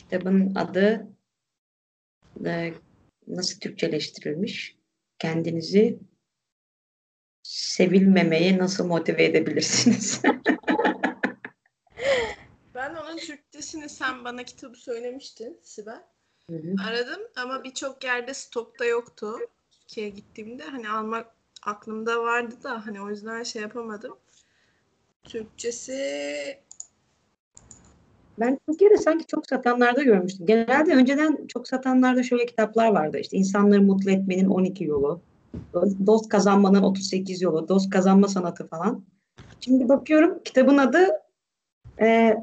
Kitabın adı nasıl Türkçeleştirilmiş? Kendinizi sevilmemeye nasıl motive edebilirsiniz? Ben onun Türkçesini sen bana kitabı söylemiştin Sibel. Hı hı. Aradım ama birçok yerde stokta yoktu. Türkiye'ye gittiğimde hani almak aklımda vardı da hani o yüzden şey yapamadım. Türkçesi Ben Türkiye'de sanki çok satanlarda görmüştüm. Genelde önceden çok satanlarda şöyle kitaplar vardı. İşte insanları mutlu etmenin 12 yolu, dost kazanmanın 38 yolu, dost kazanma sanatı falan. Şimdi bakıyorum kitabın adı e,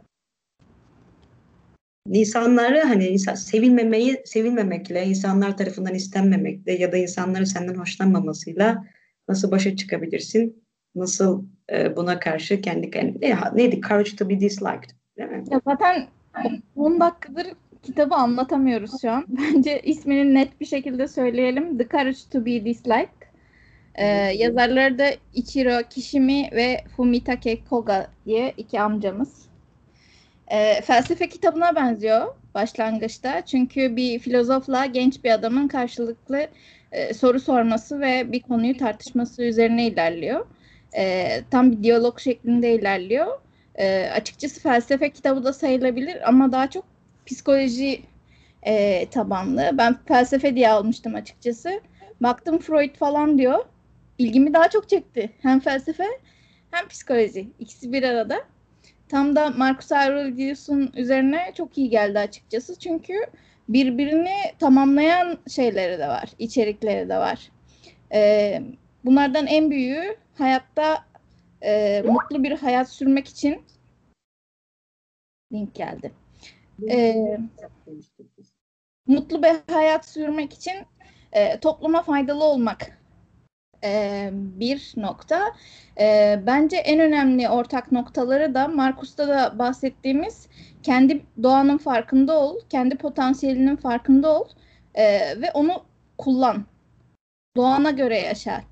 insanları hani sevilmemekle, insanlar tarafından istenmemekle ya da insanların senden hoşlanmamasıyla nasıl başa çıkabilirsin? Nasıl buna karşı neydi? Courage to be disliked, değil mi? Ya zaten 10 dakikadır kitabı anlatamıyoruz şu an. Bence ismini net bir şekilde söyleyelim. The Courage to be Disliked. Yazarları da Ichiro Kishimi ve Fumitake Koga diye iki amcamız. Felsefe kitabına benziyor başlangıçta. Çünkü bir filozofla genç bir adamın karşılıklı soru sorması ve bir konuyu tartışması üzerine ilerliyor. Tam bir diyalog şeklinde ilerliyor. Açıkçası felsefe kitabı da sayılabilir ama daha çok psikoloji tabanlı. Ben felsefe diye almıştım açıkçası. Baktım Freud falan diyor. İlgimi daha çok çekti. Hem felsefe hem psikoloji. İkisi bir arada. Tam da Marcus Aurelius'un üzerine çok iyi geldi açıkçası. Çünkü birbirini tamamlayan şeyleri de var, içerikleri de var. Bunlardan en büyüğü hayatta mutlu bir hayat sürmek için link geldi. Mutlu bir hayat sürmek için topluma faydalı olmak bir nokta. Bence en önemli ortak noktaları da Marcus'ta da bahsettiğimiz kendi doğanın farkında ol, kendi potansiyelinin farkında ol ve onu kullan. Doğana göre yaşa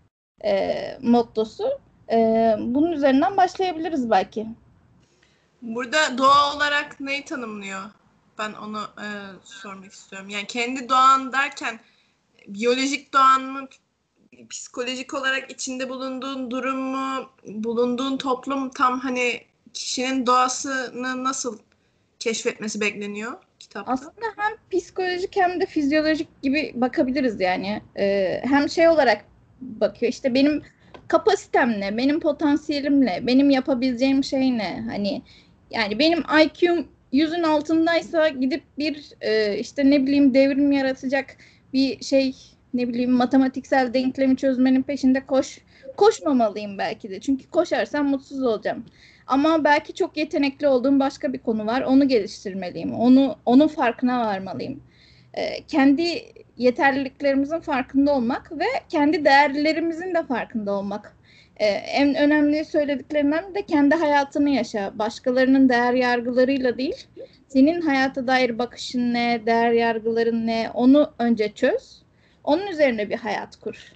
mottosu. Bunun üzerinden başlayabiliriz belki. burada doğa olarak neyi tanımlıyor? Ben onu sormak istiyorum. Yani kendi doğan derken biyolojik doğan mı, psikolojik olarak içinde bulunduğun durum mu, bulunduğun toplum tam hani kişinin doğasını nasıl keşfetmesi bekleniyor kitapta? Aslında hem psikolojik hem de fizyolojik gibi bakabiliriz yani. Hem şey olarak bakıyor işte benim kapasitem ne, benim potansiyelim ne, benim yapabileceğim şey ne? Hani yani benim IQ'm 100'ün altındaysa gidip bir işte ne bileyim devrim yaratacak bir şey ne bileyim matematiksel denklemi çözmenin peşinde koşmamalıyım belki de. Çünkü koşarsam mutsuz olacağım. Ama belki çok yetenekli olduğum başka bir konu var. Onu geliştirmeliyim. Onun farkına varmalıyım. Kendi yeterliliklerimizin farkında olmak ve kendi değerlerimizin de farkında olmak. En önemli söylediklerimden de kendi hayatını yaşa. Başkalarının değer yargılarıyla değil, senin hayata dair bakışın ne, değer yargıların ne, onu önce çöz. Onun üzerine bir hayat kur.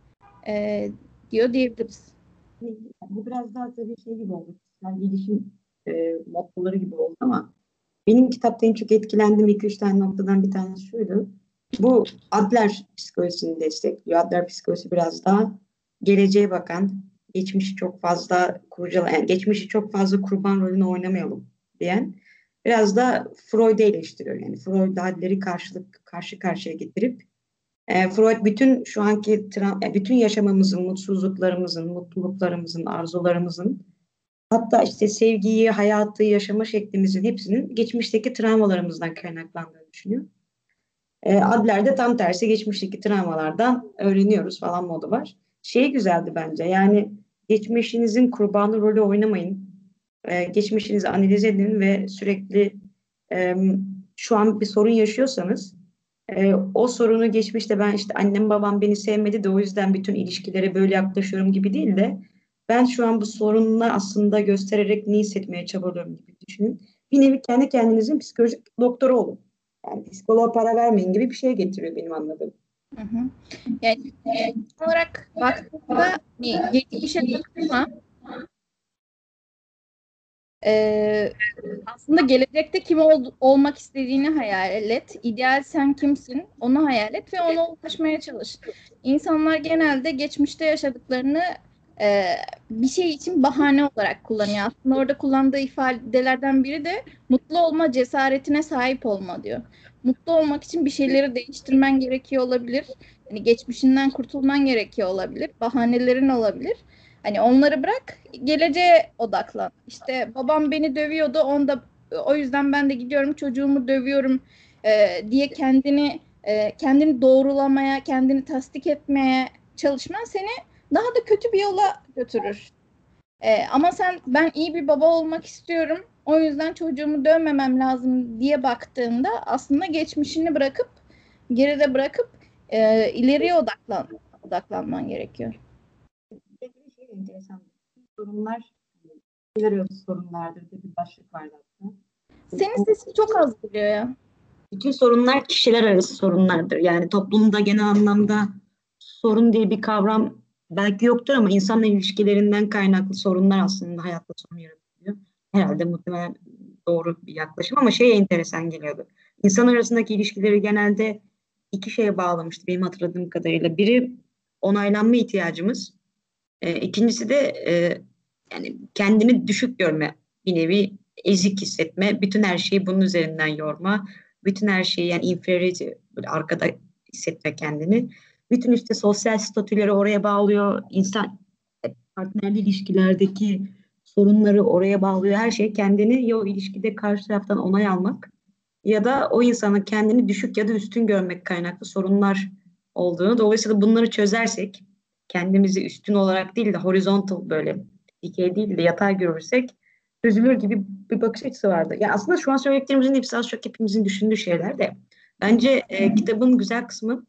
Diyor diyebiliriz. Bu biraz daha tabii şey gibi oldu. Yani gelişim mottoları gibi oldu ama benim kitapta en çok etkilendiğim 2-3 tane noktadan bir tanesi şuydu. Bu Adler psikolojisini destekliyor. Adler psikolojisi biraz daha geleceğe bakan, geçmişi çok fazla kurcalayan, geçmişi çok fazla kurban rolünü oynamayalım diyen biraz da Freud'u eleştiriyor. Yani Freud Adler'i karşı karşıya getirip Freud bütün şu anki bütün yaşamamızın, mutsuzluklarımızın, mutluluklarımızın, arzularımızın hatta işte sevgiyi, hayatı, yaşama şeklimizin hepsinin geçmişteki travmalarımızdan kaynaklandığını düşünüyor. Adler de tam tersi geçmişteki travmalardan öğreniyoruz falan modu var. Şey güzeldi bence yani geçmişinizin kurbanı rolü oynamayın. Geçmişinizi analiz edin ve sürekli şu an bir sorun yaşıyorsanız o sorunu geçmişte ben işte annem babam beni sevmedi de o yüzden bütün ilişkilere böyle yaklaşıyorum gibi değil de ben şu an bu sorunla aslında göstererek ne hissetmeye çabalıyorum gibi düşünün. Bir nevi kendi kendinizin psikolojik doktoru olun. Yani psikoloğa para vermeyin gibi bir şey getiriyor benim anladığım. Hı hı. Yani olarak baktığımda geçmişe takılma, aslında gelecekte kim olmak istediğini hayal et. İdeal sen kimsin onu hayal et ve ona ulaşmaya çalış. İnsanlar genelde geçmişte yaşadıklarını bir şey için bahane olarak kullanıyor. Aslında orada kullandığı ifadelerden biri de mutlu olma cesaretine sahip olma diyor. Mutlu olmak için bir şeyleri değiştirmen gerekiyor olabilir. Hani geçmişinden kurtulman gerekiyor olabilir. Bahanelerin olabilir. Hani onları bırak, geleceğe odaklan. İşte babam beni dövüyordu, o yüzden ben de gidiyorum çocuğumu dövüyorum diye kendini doğrulamaya, kendini tasdik etmeye çalışman seni daha da kötü bir yola götürür. Ama ben iyi bir baba olmak istiyorum, o yüzden çocuğumu dövmemem lazım diye baktığında aslında geçmişini geride bırakıp ileriye odaklanman gerekiyor. Bir şey enteresan. Sorunlar kişiler arası sorunlardır diye bir başlık var zaten. Senin sesin çok az geliyor ya. Bütün sorunlar kişiler arası sorunlardır. Yani toplumda genel anlamda sorun diye bir kavram belki yoktur ama insan ilişkilerinden kaynaklı sorunlar aslında hayatta sorun yaratıyor. Herhalde muhtemelen doğru bir yaklaşım ama enteresan geliyordu. İnsan arasındaki ilişkileri genelde iki şeye bağlamıştı benim hatırladığım kadarıyla. Biri onaylanma ihtiyacımız. İkincisi de yani kendini düşük görme, bir nevi ezik hissetme, bütün her şeyi bunun üzerinden yorma, bütün her şeyi yani inferiority, böyle arkada hissetme kendini. Bütün işte sosyal statüleri oraya bağlıyor, insan partnerli ilişkilerdeki sorunları oraya bağlıyor, her şey kendini ya o ilişkide karşı taraftan onay almak ya da o insanın kendini düşük ya da üstün görmek kaynaklı sorunlar olduğunu. Dolayısıyla bunları çözersek kendimizi üstün olarak değil de horizontal böyle dikey değil de yatay görürsek çözülür gibi bir bakış açısı vardı. Ya aslında şu an söylediklerimizin hepsi az çok hepimizin düşündüğü şeyler de bence kitabın güzel kısmı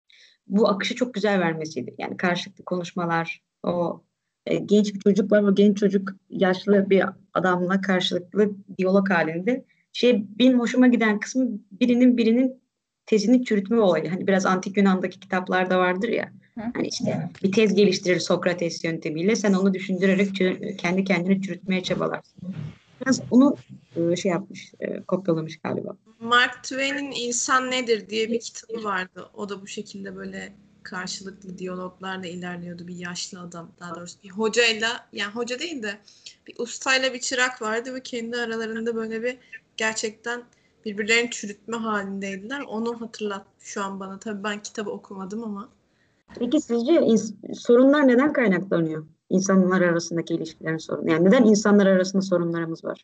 bu akışı çok güzel vermesiydi. Yani karşılıklı konuşmalar, o genç bir çocuk var, o genç çocuk yaşlı bir adamla karşılıklı diyalog halinde. Benim hoşuma giden kısmı birinin tezini çürütme olayı. Hani biraz antik Yunan'daki kitaplarda vardır ya. Hani işte bir tez geliştirir Sokrates yöntemiyle. Sen onu düşündürerek kendi kendini çürütmeye çabalarsın. Biraz onu yapmış, kopyalamış galiba. Mark Twain'in İnsan Nedir diye bir kitabı vardı. O da bu şekilde böyle karşılıklı diyaloglarla ilerliyordu. Bir yaşlı adam, daha doğrusu bir hocayla, yani hoca değil de bir ustayla bir çırak vardı ve kendi aralarında böyle bir gerçekten birbirlerini çürütme halindeydiler. Onu hatırlat şu an bana. Tabii ben kitabı okumadım ama. Peki sizce sorunlar neden kaynaklanıyor? İnsanlar arasındaki ilişkilerin sorunu. Yani neden insanlar arasında sorunlarımız var?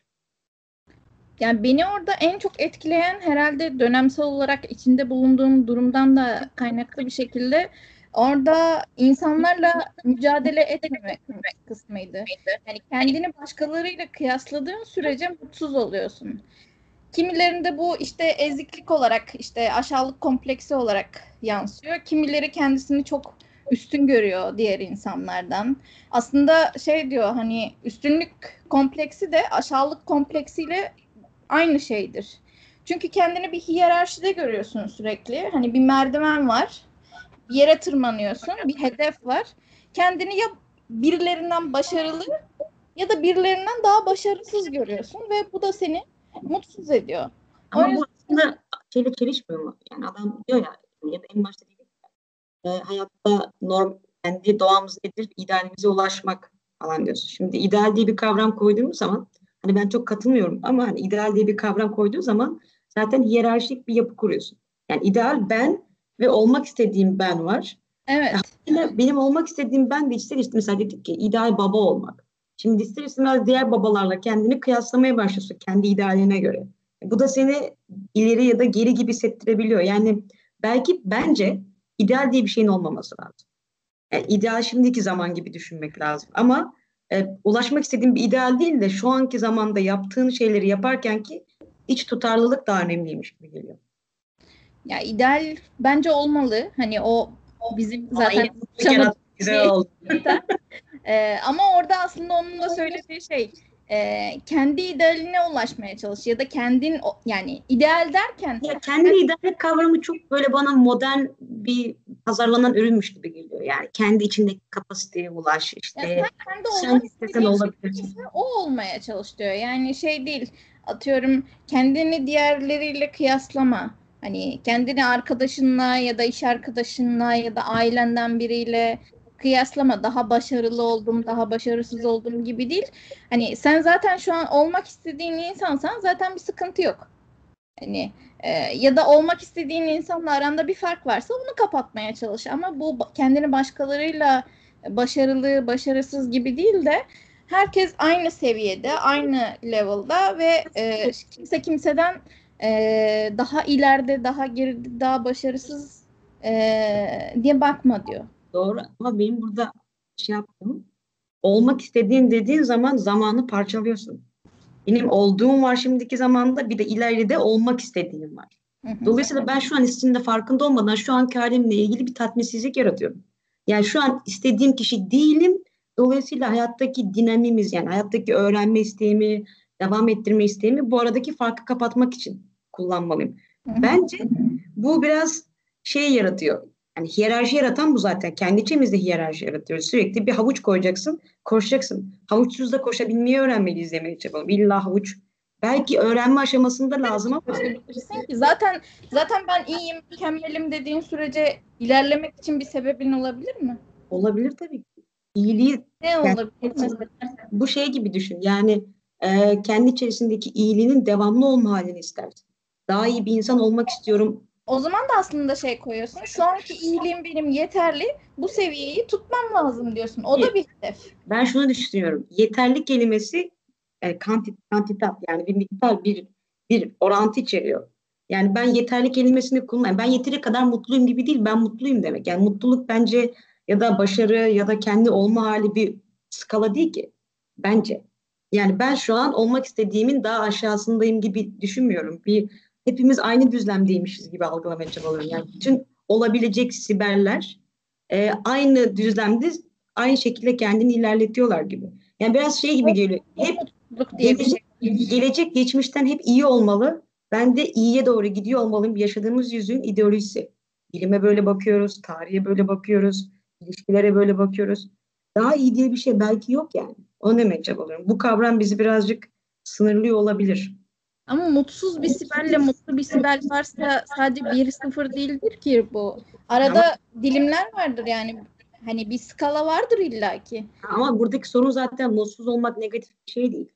Yani beni orada en çok etkileyen herhalde dönemsel olarak içinde bulunduğum durumdan da kaynaklı bir şekilde orada insanlarla mücadele etmemek kısmıydı. Yani kendini başkalarıyla kıyasladığın sürece mutsuz oluyorsun. Kimilerinde bu işte eziklik olarak, işte aşağılık kompleksi olarak yansıyor. Kimileri kendisini çok üstün görüyor diğer insanlardan. Aslında diyor, hani üstünlük kompleksi de aşağılık kompleksiyle aynı şeydir. Çünkü kendini bir hiyerarşide görüyorsun sürekli. Hani bir merdiven var. Bir yere tırmanıyorsun. Bir hedef var. Kendini ya birilerinden başarılı ya da birilerinden daha başarısız görüyorsun ve bu da seni mutsuz ediyor. Ama bu aslında çelişmiyor mu? Yani adam diyor ya da en başta dedik hayatta kendi doğamız nedir? İdealimize ulaşmak falan diyorsun. Şimdi ideal diye bir kavram koyduğumuz zaman hani ben çok katılmıyorum ama hani ideal diye bir kavram koyduğun zaman zaten hiyerarşik bir yapı kuruyorsun. Yani ideal ben ve olmak istediğim ben var. Evet. Benim olmak istediğim ben de ister istemez mesela dedik ki ideal baba olmak. Şimdi ister istemez diğer babalarla kendini kıyaslamaya başlıyorsun kendi idealine göre. Bu da seni ileri ya da geri gibi hissettirebiliyor. Yani bence ideal diye bir şeyin olmaması lazım. Yani ideal şimdiki zaman gibi düşünmek lazım. Ama ulaşmak istediğin bir ideal değil de şu anki zamanda yaptığın şeyleri yaparken ki iç tutarlılık daha önemliymiş gibi geliyor. Ya ideal bence olmalı. Hani o bizim zaten güzel oldu. Ama orada aslında onun da söylediği kendi idealine ulaşmaya çalış ya da kendin yani ideal derken Ya kendi ideallik kavramı çok böyle bana modern bir pazarlanan ürünmüş gibi geliyor. Yani kendi içindeki kapasiteye ulaş ya işte. sen kendi Sen olmak istesen istediğin olabilirsin. şey o olmaya çalış diyor. Yani şey değil, atıyorum kendini diğerleriyle kıyaslama. Hani kendini arkadaşınla ya da iş arkadaşınla ya da ailenden biriyle kıyaslama. Daha başarılı oldum, daha başarısız oldum gibi değil. Hani sen zaten şu an olmak istediğin insansan zaten bir sıkıntı yok. Hani ya da olmak istediğin insanla aranda bir fark varsa onu kapatmaya çalış. Ama bu kendini başkalarıyla başarılı, başarısız gibi değil de herkes aynı seviyede, aynı level'da ve kimse kimseden daha ileride, daha geride, daha başarısız diye bakma diyor. Doğru ama benim burada şey yaptım. Olmak istediğin dediğin zaman zamanı parçalıyorsun. Benim olduğum var şimdiki zamanda bir de ileride olmak istediğim var. Hı hı. Dolayısıyla ben şu an istediğimde farkında olmadan şu anki halimle ilgili bir tatminsizlik yaratıyorum. Yani şu an istediğim kişi değilim. Dolayısıyla hayattaki dinamimiz yani hayattaki öğrenme isteğimi, devam ettirme isteğimi bu aradaki farkı kapatmak için kullanmalıyım. Hı hı. Bence bu biraz şey yaratıyor. Yani hiyerarşi yaratan bu zaten. Kendi içimizde hiyerarşi yaratıyoruz. Sürekli bir havuç koyacaksın, koşacaksın. Havuçsuz da koşabilmeyi öğrenmeliyiz demeye çalışalım. İlla havuç. Belki öğrenme aşamasında lazım ama Koşabilirsin ki zaten ben iyiyim, mükemmelim dediğin sürece ilerlemek için bir sebebin olabilir mi? olabilir tabii ki. İyiliği Ne yani olabilir mesela? bu şey gibi düşün. Yani kendi içerisindeki iyiliğinin devamlı olma halini istersin. Daha iyi bir insan olmak istiyorum. O zaman da aslında şey koyuyorsun. Şu anki iyiliğim benim yeterli. Bu seviyeyi tutmam lazım diyorsun. O da bir hedef. Ben şunu düşünüyorum. Yeterlik kelimesi kantitat yani bir miktar bir orantı içeriyor. Yani ben yeterli kelimesini kullanıyorum. Ben yeteri kadar mutluyum gibi değil. Ben mutluyum demek. Yani mutluluk bence ya da başarı ya da kendi olma hali bir skala değil ki. Bence. Yani ben şu an olmak istediğimin daha aşağısındayım gibi düşünmüyorum. Hepimiz aynı düzlemdeymişiz gibi algılamaya çabalıyorum. Yani bütün olabilecek siberler aynı düzlemde aynı şekilde kendini ilerletiyorlar gibi. Yani biraz şey gibi geliyor. Hep Mutluluk diye bir şey. gelecek geçmişten hep iyi olmalı. Ben de iyiye doğru gidiyor olmalıyım. Yaşadığımız yüzün ideolojisi. Bilime böyle bakıyoruz, tarihe böyle bakıyoruz, ilişkilere böyle bakıyoruz. Daha iyi diye bir şey belki yok yani. Onu demeye çabalıyorum. Bu kavram bizi birazcık sınırlıyor olabilir. Ama mutsuz bir Sibel'le mutlu bir Sibel varsa sadece 1-0 değildir ki bu. Ama, Arada dilimler vardır yani. Hani bir skala vardır illaki. ama buradaki sorun zaten mutsuz olmak negatif bir şey değil.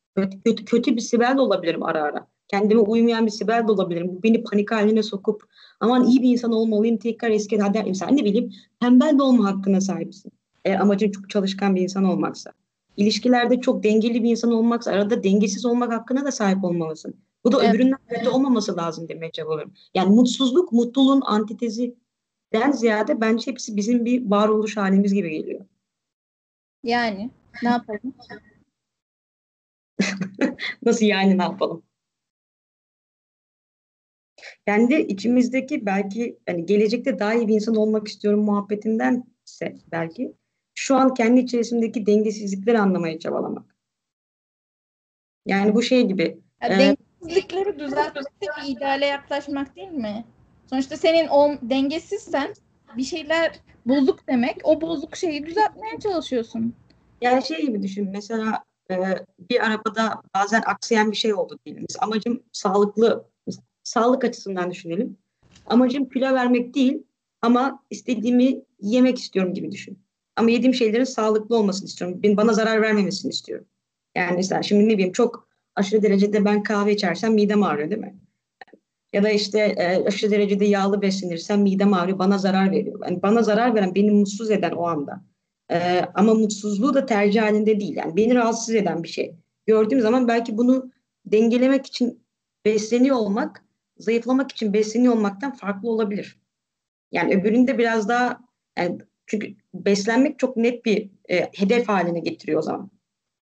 Kötü bir Sibel de olabilirim ara ara. Kendime uymayan bir Sibel de olabilirim. Bu beni panik haline sokup aman iyi bir insan olmalıyım tekrar eski hadi mesela ne bileyim tembel de olma hakkına sahipsin. Eğer amacın çok çalışkan bir insan olmaksa. İlişkilerde çok dengeli bir insan olmaksa arada dengesiz olmak hakkına da sahip olmalısın. Bu da Evet. öbüründen kötü olmaması lazım demeye çabalıyorum. Yani mutsuzluk mutluluğun antiteziden ziyade bence hepsi bizim bir varoluş halimiz gibi geliyor. Yani ne yapalım? Nasıl yani ne yapalım? Kendi içimizdeki belki hani gelecekte daha iyi bir insan olmak istiyorum muhabbetindense belki şu an kendi içerisindeki dengesizlikleri anlamaya çabalamak. Yani bu şey gibi Ya dengesizlikleri düzeltmek de bir ideale yaklaşmak değil mi? Sonuçta senin dengesizsen bir şeyler bozuk demek. O bozuk şeyi düzeltmeye çalışıyorsun. yani şey gibi düşün mesela bir arabada bazen aksayan bir şey oldu diyelim. Mesela amacım sağlık açısından düşünelim. Amacım kilo vermek değil ama istediğimi yemek istiyorum gibi düşün. Ama yediğim şeylerin sağlıklı olmasını istiyorum. Bana zarar vermemesini istiyorum. Yani mesela şimdi ne bileyim çok aşırı derecede ben kahve içersem midem ağrıyor değil mi? Ya da işte aşırı derecede yağlı beslenirsem midem ağrıyor, bana zarar veriyor. Yani bana zarar veren, beni mutsuz eden o anda. Ama mutsuzluğu da tercih halinde değil. Yani beni rahatsız eden bir şey. Gördüğüm zaman belki bunu dengelemek için besleniyor olmak, zayıflamak için besleniyor olmaktan farklı olabilir. Yani öbüründe biraz daha yani çünkü beslenmek çok net bir hedef haline getiriyor o zaman.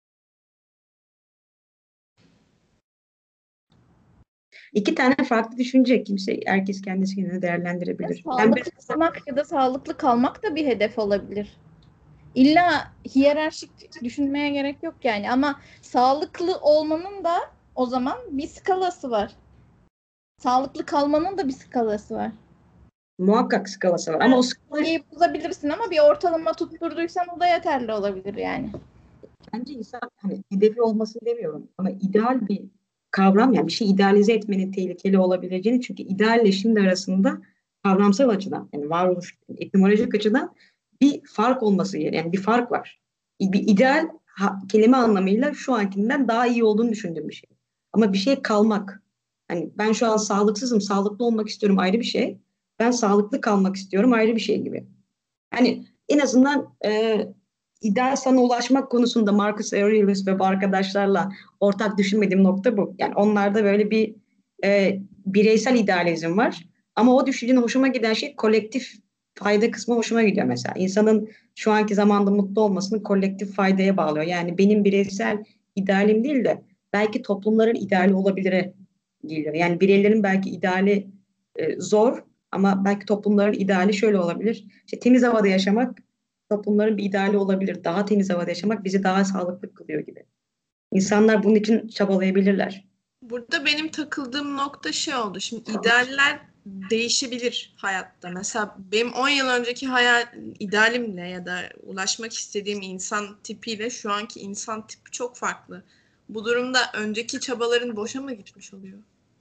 İki tane farklı düşünce herkes kendisi kendine değerlendirebilir. Ben Sağlıklı olmak ya da sağlıklı kalmak da bir hedef olabilir. İlla hiyerarşik düşünmeye gerek yok yani. Ama sağlıklı olmanın da o zaman bir skalası var. Sağlıklı kalmanın da bir skalası var. Muhakkak skalası var ama o skala İyi bozabilirsin ama bir ortalama tutturduysan o da yeterli olabilir yani. bence insan hani hedefi olmasını demiyorum ama ideal bir kavram, yani bir şey idealize etmenin tehlikeli olabileceğini, çünkü idealle şimdi arasında kavramsal açıdan, yani varoluş etimolojik açıdan bir fark olması gerekiyor. Yani bir fark var. Bir ideal kelime anlamıyla şu ankinden daha iyi olduğunu düşündüğüm bir şey. Ama bir şey kalmak. Hani ben şu an sağlıksızım, sağlıklı olmak istiyorum ayrı bir şey. Ben sağlıklı kalmak istiyorum ayrı bir şey gibi. Hani en azından ideal sana ulaşmak konusunda Marcus Aurelius ve bu arkadaşlarla ortak düşünmediğim nokta bu. Yani onlarda böyle bir bireysel idealizm var. Ama o düşüncenin hoşuma giden şey kolektif fayda kısmı hoşuma gidiyor mesela. İnsanın şu anki zamanda mutlu olmasını kolektif faydaya bağlıyor. Yani benim bireysel idealim değil de belki toplumların ideali olabilire geliyor. Yani bireylerin belki ideali zor ama belki toplumların ideali şöyle olabilir. İşte temiz havada yaşamak toplumların bir ideali olabilir. Daha temiz havada yaşamak bizi daha sağlıklı kılıyor gibi. İnsanlar bunun için çabalayabilirler. Burada benim takıldığım nokta şey oldu. Şimdi idealler değişebilir hayatta. Mesela benim 10 yıl önceki idealimle ya da ulaşmak istediğim insan tipiyle şu anki insan tipi çok farklı. Bu durumda önceki çabaların boşa mı gitmiş oluyor?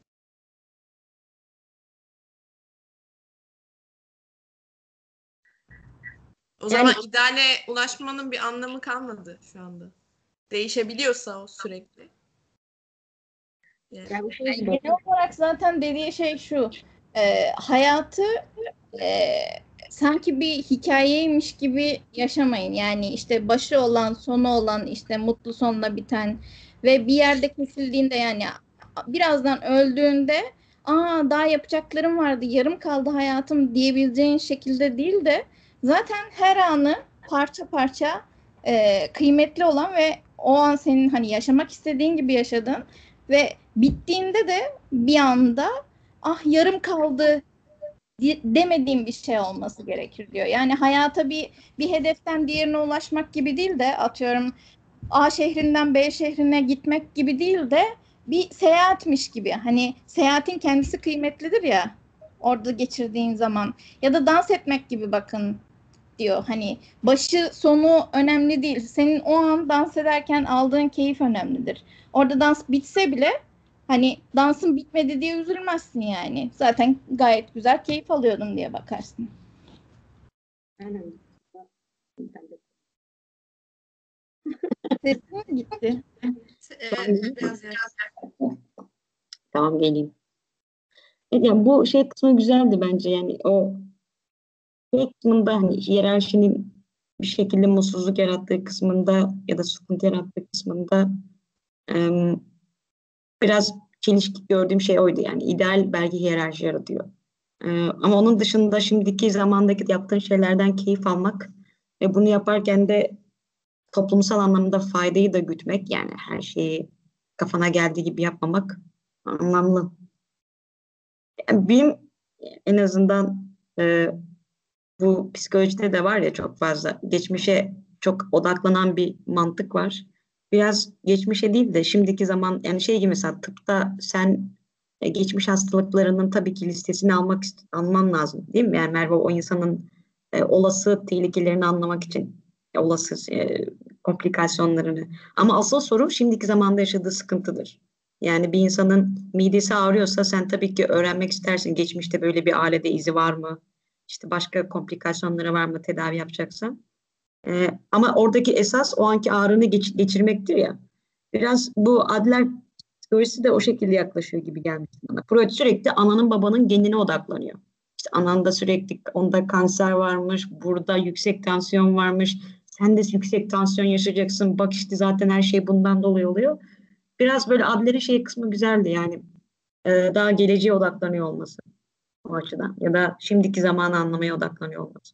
O zaman Yani ideale ulaşmanın bir anlamı kalmadı şu anda. Değişebiliyorsa o sürekli. Yani. yani bu şey Yani gibi. genel olarak zaten dediği şey şu. Hayatı e, sanki bir hikayeymiş gibi yaşamayın. Yani işte başı olan, sonu olan, işte mutlu sonla biten ve bir yerde kesildiğinde yani birazdan öldüğünde daha yapacaklarım vardı, yarım kaldı hayatım diyebileceğin şekilde değil de zaten her anı parça parça kıymetli olan ve o an senin hani yaşamak istediğin gibi yaşadığın ve bittiğinde de bir anda yarım kaldı demediğim bir şey olması gerekir diyor. Yani hayata bir hedeften diğerine ulaşmak gibi değil de atıyorum A şehrinden B şehrine gitmek gibi değil de bir seyahatmiş gibi. Hani seyahatin kendisi kıymetlidir ya orada geçirdiğin zaman ya da dans etmek gibi bakın diyor. Hani başı sonu önemli değil. Senin o an dans ederken aldığın keyif önemlidir. Orada dans bitse bile hani dansın bitmedi diye üzülmezsin yani. Zaten gayet güzel keyif alıyordum diye bakarsın. Aynen. Sesin mi gitti? Evet, biraz Tamam, geleyim. Yani bu şey kısmı güzeldi bence, yani o şey kısmında hani hiyerarşinin bir şekilde mutsuzluk yarattığı kısmında ya da sıkıntı yarattığı kısmında em, biraz çelişki gördüğüm şey oydu. Yani ideal belki hiyerarşi yaratıyor. Ama onun dışında şimdiki zamandaki yaptığın şeylerden keyif almak ve bunu yaparken de toplumsal anlamda faydayı da gütmek, yani her şeyi kafana geldiği gibi yapmamak anlamlı. Yani benim en azından bu psikolojide de var ya, çok fazla geçmişe çok odaklanan bir mantık var. Biraz geçmişe değil de şimdiki zaman, yani şey gibi, mesela tıpta sen geçmiş hastalıklarının tabii ki listesini alman lazım değil mi? Yani Merve, o insanın olası tehlikelerini anlamak için olası komplikasyonlarını. Ama asıl sorun şimdiki zamanda yaşadığı sıkıntıdır. Yani bir insanın midesi ağrıyorsa sen tabii ki öğrenmek istersin. Geçmişte böyle bir ailede izi var mı? İşte başka komplikasyonları var mı tedavi yapacaksa. Ama oradaki esas o anki ağrını geçirmektir ya. Biraz bu Adler psikolojisi de o şekilde yaklaşıyor gibi gelmişti bana. Freud sürekli ananın babanın genine odaklanıyor. İşte ananda sürekli onda kanser varmış, burada yüksek tansiyon varmış. Sen de yüksek tansiyon yaşayacaksın. Bak işte zaten her şey bundan dolayı oluyor. Biraz böyle Adler'in şey kısmı güzeldi yani. Daha geleceğe odaklanıyor olması o açıdan. Ya da şimdiki zamanı anlamaya odaklanıyor olması.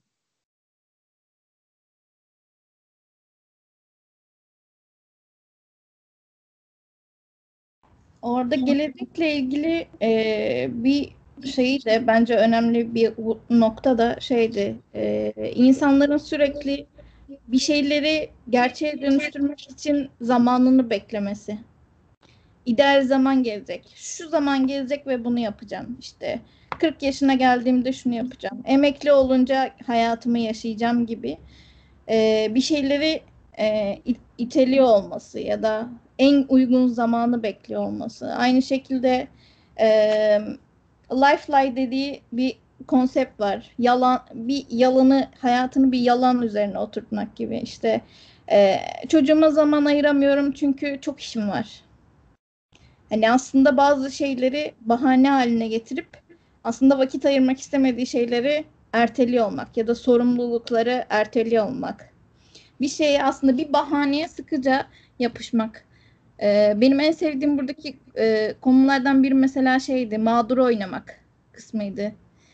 Orada gelecekle ilgili bir şeyi de bence önemli bir nokta da şeydi. İnsanların sürekli bir şeyleri gerçeğe dönüştürmek için zamanını beklemesi. İdeal zaman gelecek. Şu zaman gelecek ve bunu yapacağım. İşte 40 yaşına geldiğimde şunu yapacağım. Emekli olunca hayatımı yaşayacağım gibi bir şeyleri iteliyor olması ya da en uygun zamanı bekliyor olması. Aynı şekilde lifeline dediği bir konsept var. Yalanı, hayatını bir yalan üzerine oturtmak gibi. İşte çocuğuma zaman ayıramıyorum çünkü çok işim var. Hani aslında bazı şeyleri bahane haline getirip aslında vakit ayırmak istemediği şeyleri erteliyor olmak ya da sorumlulukları erteliyor olmak. Bir şeye aslında bir bahaneye sıkıca yapışmak. Benim en sevdiğim buradaki konulardan biri mesela şeydi, mağdur oynamak kısmıydı.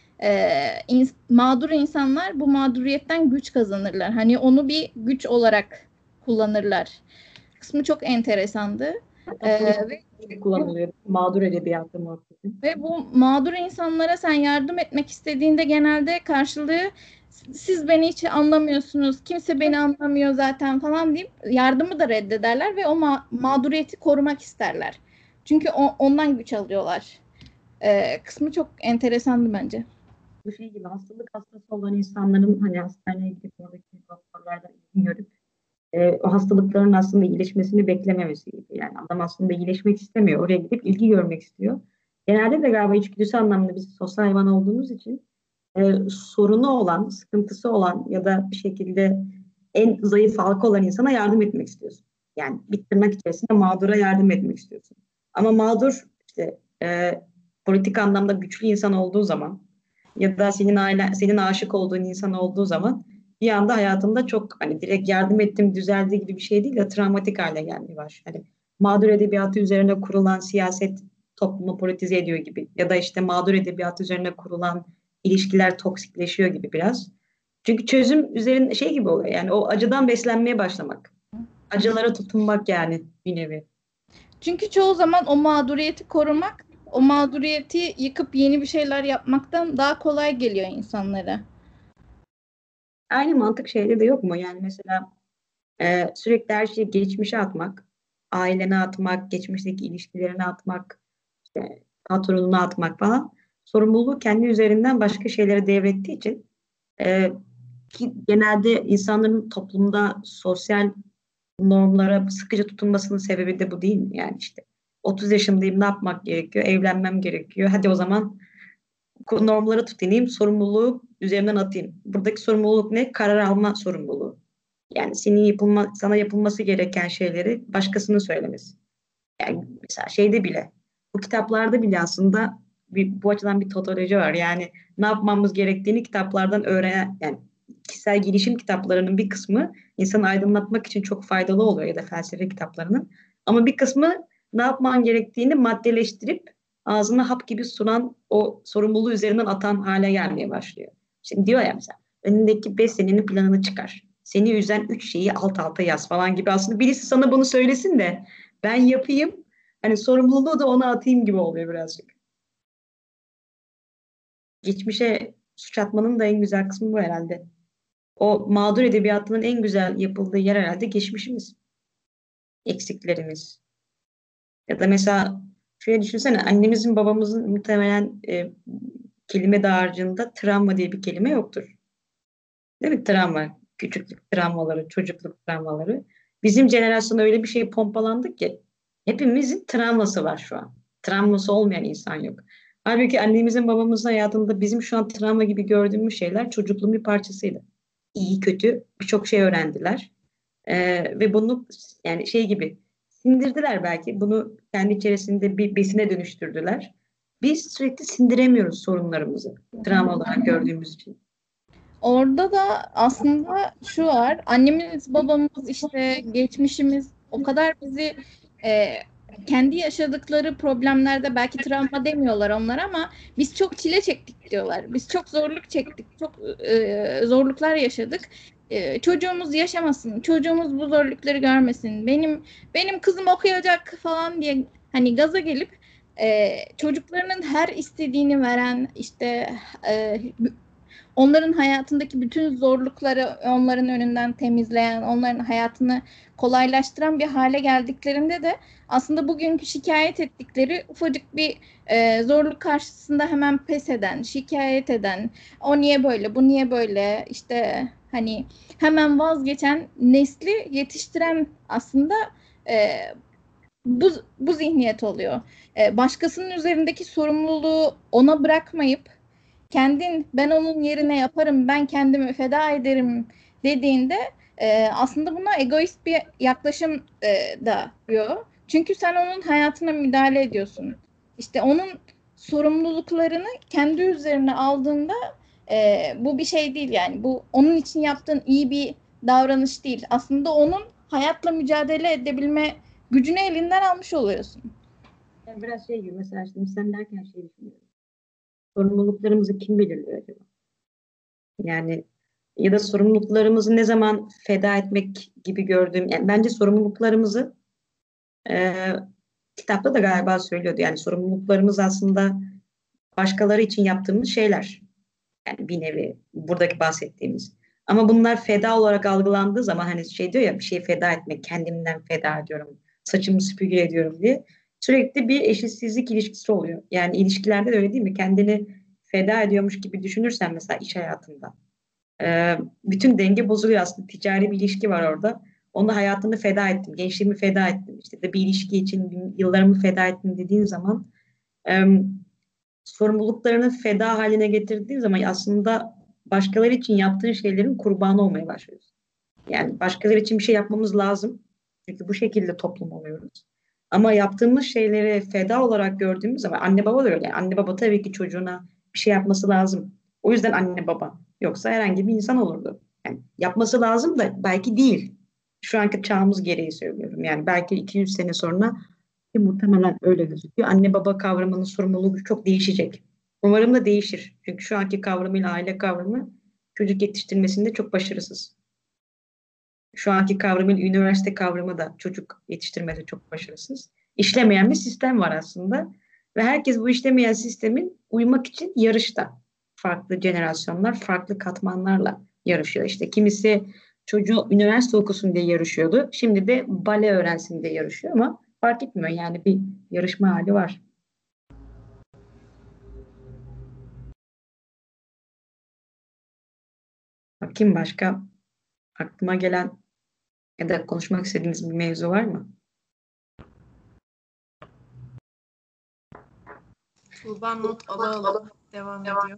Mağdur insanlar bu mağduriyetten güç kazanırlar. Hani onu bir güç olarak kullanırlar. Kısmı çok enteresandı. Ve Çok kullanılıyor. Mağdur edebiyatı muhabbeti. Ve bu mağdur insanlara sen yardım etmek istediğinde genelde karşılığı siz beni hiç anlamıyorsunuz, kimse beni anlamıyor zaten falan deyip yardımı da reddederler ve o mağduriyeti korumak isterler. Çünkü ondan güç alıyorlar. Kısmı çok enteresandı bence. Bu şey gibi hastalık hastası olan insanların hani hastaneye gidip oradaki doktorlardan ilgi görüp o hastalıkların aslında iyileşmesini beklememesi gibi. Yani adam aslında iyileşmek istemiyor. Oraya gidip ilgi görmek istiyor. Genelde de galiba içgüdüsel anlamda biz sosyal hayvan olduğumuz için sorunu olan, sıkıntısı olan ya da bir şekilde en zayıf halka olan insana yardım etmek istiyorsun. Yani bir tırnak içerisinde mağdura yardım etmek istiyorsun. Ama mağdur işte politik anlamda güçlü insan olduğu zaman ya da senin aşık olduğun insan olduğu zaman bir anda hayatında çok hani direkt yardım ettim düzeldi gibi bir şey değil de travmatik hale gelmeye başlıyor. Hani mağdur edebiyatı üzerine kurulan siyaset toplumu politize ediyor gibi ya da işte mağdur edebiyatı üzerine kurulan ilişkiler toksikleşiyor gibi biraz. Çünkü çözüm üzerine şey gibi oluyor yani o acıdan beslenmeye başlamak. Acılara tutunmak yani bir nevi. Çünkü çoğu zaman o mağduriyeti korumak, o mağduriyeti yıkıp yeni bir şeyler yapmaktan daha kolay geliyor insanlara. Aynı mantık şeyde de yok mu? Yani mesela sürekli her şeyi geçmişe atmak, ailene atmak, geçmişteki ilişkilerine atmak, işte patronuna atmak falan. Sorumluluğu kendi üzerinden başka şeylere devrettiği için ki genelde insanların toplumda sosyal normlara sıkıca tutunmasının sebebi de bu değil mi? Yani işte 30 yaşındayım ne yapmak gerekiyor? Evlenmem gerekiyor. Hadi o zaman normlara tutunayım, sorumluluğu üzerinden atayım. Buradaki sorumluluk ne? Karar alma sorumluluğu. Yani sana yapılması gereken şeyleri başkasının söylemesi. Yani mesela şeyde bile, bu kitaplarda bile aslında bu açıdan bir tautoloji var. Yani ne yapmamız gerektiğini kitaplardan öğrenen, yani kişisel gelişim kitaplarının bir kısmı insanı aydınlatmak için çok faydalı oluyor ya da felsefe kitaplarının. Ama bir kısmı ne yapman gerektiğini maddeleştirip ağzına hap gibi sunan o sorumluluğu üzerinden atan hale gelmeye başlıyor. Şimdi diyor ya mesela önündeki 5 senenin planını çıkar. Seni üzen 3 şeyi alt alta yaz falan gibi aslında birisi sana bunu söylesin de ben yapayım. Hani sorumluluğu da ona atayım gibi oluyor birazcık. Geçmişe suç atmanın da en güzel kısmı bu herhalde. O mağdur edebiyatının en güzel yapıldığı yer herhalde geçmişimiz. Eksiklerimiz. Ya da mesela şöyle düşünsene annemizin babamızın muhtemelen kelime dağarcığında travma diye bir kelime yoktur. Değil mi? Travma. Küçüklük travmaları, çocukluk travmaları. Bizim jenerasyona öyle bir şey pompalandık ki hepimizin travması var şu an. Travması olmayan insan yok. Halbuki annemizin babamızın hayatında bizim şu an travma gibi gördüğümüz şeyler çocukluğun bir parçasıydı. İyi kötü birçok şey öğrendiler. Ve bunu yani şey gibi sindirdiler belki. Bunu kendi içerisinde bir besine dönüştürdüler. Biz sürekli sindiremiyoruz sorunlarımızı. Travma olarak gördüğümüz için. Orada da aslında şu var. Annemiz, babamız, işte geçmişimiz o kadar bizi kendi yaşadıkları problemlerde belki travma demiyorlar onlar ama biz çok çile çektik diyorlar. Biz çok zorluk çektik. Çok zorluklar yaşadık. Çocuğumuz yaşamasın. Çocuğumuz bu zorlukları görmesin. Benim kızım okuyacak falan diye hani gaza gelip çocuklarının her istediğini veren işte onların hayatındaki bütün zorlukları onların önünden temizleyen, onların hayatını kolaylaştıran bir hale geldiklerinde de aslında bugünkü şikayet ettikleri ufacık bir zorluk karşısında hemen pes eden, şikayet eden, o niye böyle, bu niye böyle, işte hani hemen vazgeçen nesli yetiştiren aslında bu zihniyet oluyor. Başkasının üzerindeki sorumluluğu ona bırakmayıp kendin ben onun yerine yaparım, ben kendimi feda ederim dediğinde aslında buna egoist bir yaklaşım da diyor. Çünkü sen onun hayatına müdahale ediyorsun. İşte onun sorumluluklarını kendi üzerine aldığında bu bir şey değil yani. Bu onun için yaptığın iyi bir davranış değil. Aslında onun hayatla mücadele edebilme gücünü elinden almış oluyorsun. Yani biraz şey gibi mesela şimdi sen derken şey düşünüyorum. Sorumluluklarımızı kim belirliyor acaba? Yani ya da sorumluluklarımızı ne zaman feda etmek gibi gördüğüm, yani bence sorumluluklarımızı e, kitapta da galiba söylüyordu. Yani sorumluluklarımız aslında başkaları için yaptığımız şeyler. Yani bir nevi buradaki bahsettiğimiz. Ama bunlar feda olarak algılandığı zaman hani şey diyor ya bir şeyi feda etmek, kendimden feda ediyorum, saçımı süpürge ediyorum diye sürekli bir eşitsizlik ilişkisi oluyor. Yani ilişkilerde de öyle değil mi? Kendini feda ediyormuş gibi düşünürsen mesela iş hayatında. Bütün denge bozuluyor aslında. Ticari bir ilişki var orada. Onu hayatını feda ettim, gençliğimi feda ettim. İşte de bir ilişki için yıllarımı feda ettim dediğin zaman e, sorumluluklarını feda haline getirdiğin zaman aslında başkaları için yaptığın şeylerin kurbanı olmaya başlıyorsun. Yani başkaları için bir şey yapmamız lazım. Çünkü bu şekilde toplum oluyoruz. Ama yaptığımız şeyleri feda olarak gördüğümüz zaman anne baba da öyle. Yani anne baba tabii ki çocuğuna bir şey yapması lazım. O yüzden anne baba. Yoksa herhangi bir insan olurdu. Yani yapması lazım da belki değil. Şu anki çağımız gereği söylüyorum. Yani belki 200 sene sonra ki muhtemelen öyle gözüküyor. Anne baba kavramının sorumluluğu çok değişecek. Umarım da değişir. Çünkü şu anki kavramıyla aile kavramı çocuk yetiştirmesinde çok başarısız. Şu anki kavramıyla üniversite kavramı da çocuk yetiştirmede çok başarısız. İşlemeyen bir sistem var aslında. Ve herkes bu işlemeyen sistemin uymak için yarışta. Farklı jenerasyonlar, farklı katmanlarla yarışıyor. İşte kimisi çocuğu üniversite okusun diye yarışıyordu. Şimdi de bale öğrensin diye yarışıyor ama fark etmiyor. Yani bir yarışma hali var. Bakayım başka aklıma gelen ya da konuşmak istediğiniz bir mevzu var mı? Tuğba not ala devam ediyor.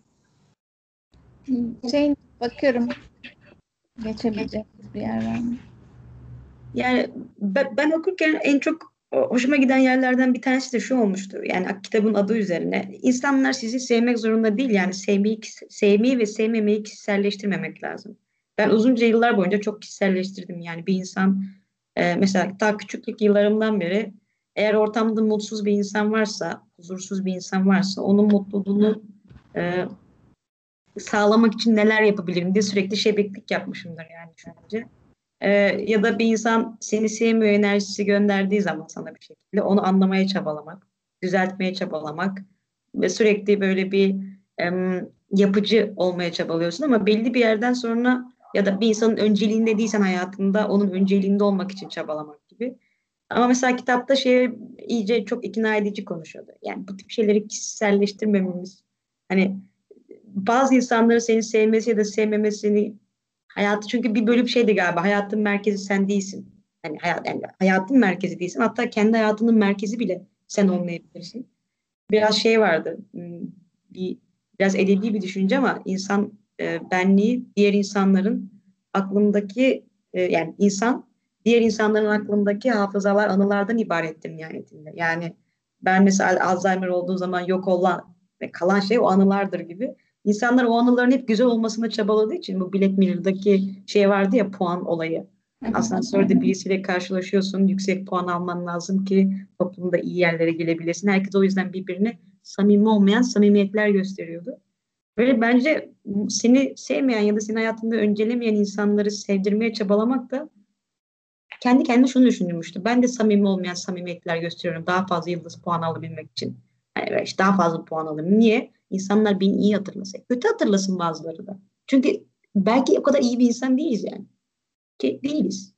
Bakıyorum geçebileceğimiz bir yer var mı? Yani ben okurken en çok hoşuma giden yerlerden bir tanesi de şu olmuştu. Yani kitabın adı üzerine. İnsanlar sizi sevmek zorunda değil. Yani sevmeyi ve sevmemeyi kişiselleştirmemek lazım. Ben uzunca yıllar boyunca çok kişiselleştirdim. Yani bir insan mesela daha küçüklük yıllarımdan beri eğer ortamda mutsuz bir insan varsa, huzursuz bir insan varsa onun mutluluğunu e, sağlamak için neler yapabilirim diye sürekli şebeklik yapmışımdır yani düşününce. Ee, Ya da bir insan seni sevmiyor enerjisi gönderdiği zaman sana bir şekilde onu anlamaya çabalamak, düzeltmeye çabalamak ve sürekli böyle bir yapıcı olmaya çabalıyorsun ama belli bir yerden sonra ya da bir insanın önceliğinde değilsen hayatında onun önceliğinde olmak için çabalamak gibi. Ama mesela kitapta şey iyice çok ikna edici konuşuyordu. Yani bu tip şeyleri kişiselleştirmememiz. Hani bazı insanların seni sevmesi ya da sevmemesini hayatı çünkü bir bölüm şeydi galiba hayatın merkezi sen değilsin. Yani hayatın merkezi değilsin. Hatta kendi hayatının merkezi bile sen olmayabilirsin. Biraz şey vardı. Bir biraz edebi bir düşünce ama insan benliği diğer insanların aklındaki yani insan diğer insanların aklındaki hafızalar anılardan ibarettir nihayetinde. Yani ben mesela Alzheimer olduğu zaman yok olan ve kalan şey o anılardır gibi. İnsanlar o anıların hep güzel olmasına çabaladığı için bu Black Mirror'daki şey vardı ya puan olayı. Yani asansörde birisiyle karşılaşıyorsun, yüksek puan alman lazım ki toplumda iyi yerlere gelebilesin. Herkes o yüzden birbirine samimi olmayan samimiyetler gösteriyordu. Böyle bence seni sevmeyen ya da senin hayatında öncelemeyen insanları sevdirmeye çabalamak da kendi kendine şunu düşünürmüştü. Ben de samimi olmayan samimiyetler gösteriyorum daha fazla yıldız puan alabilmek için. Yani işte daha fazla puan alayım. Niye? İnsanlar beni iyi hatırlasa. Kötü hatırlasın bazıları da. Çünkü belki o kadar iyi bir insan değiliz yani. Ki değiliz.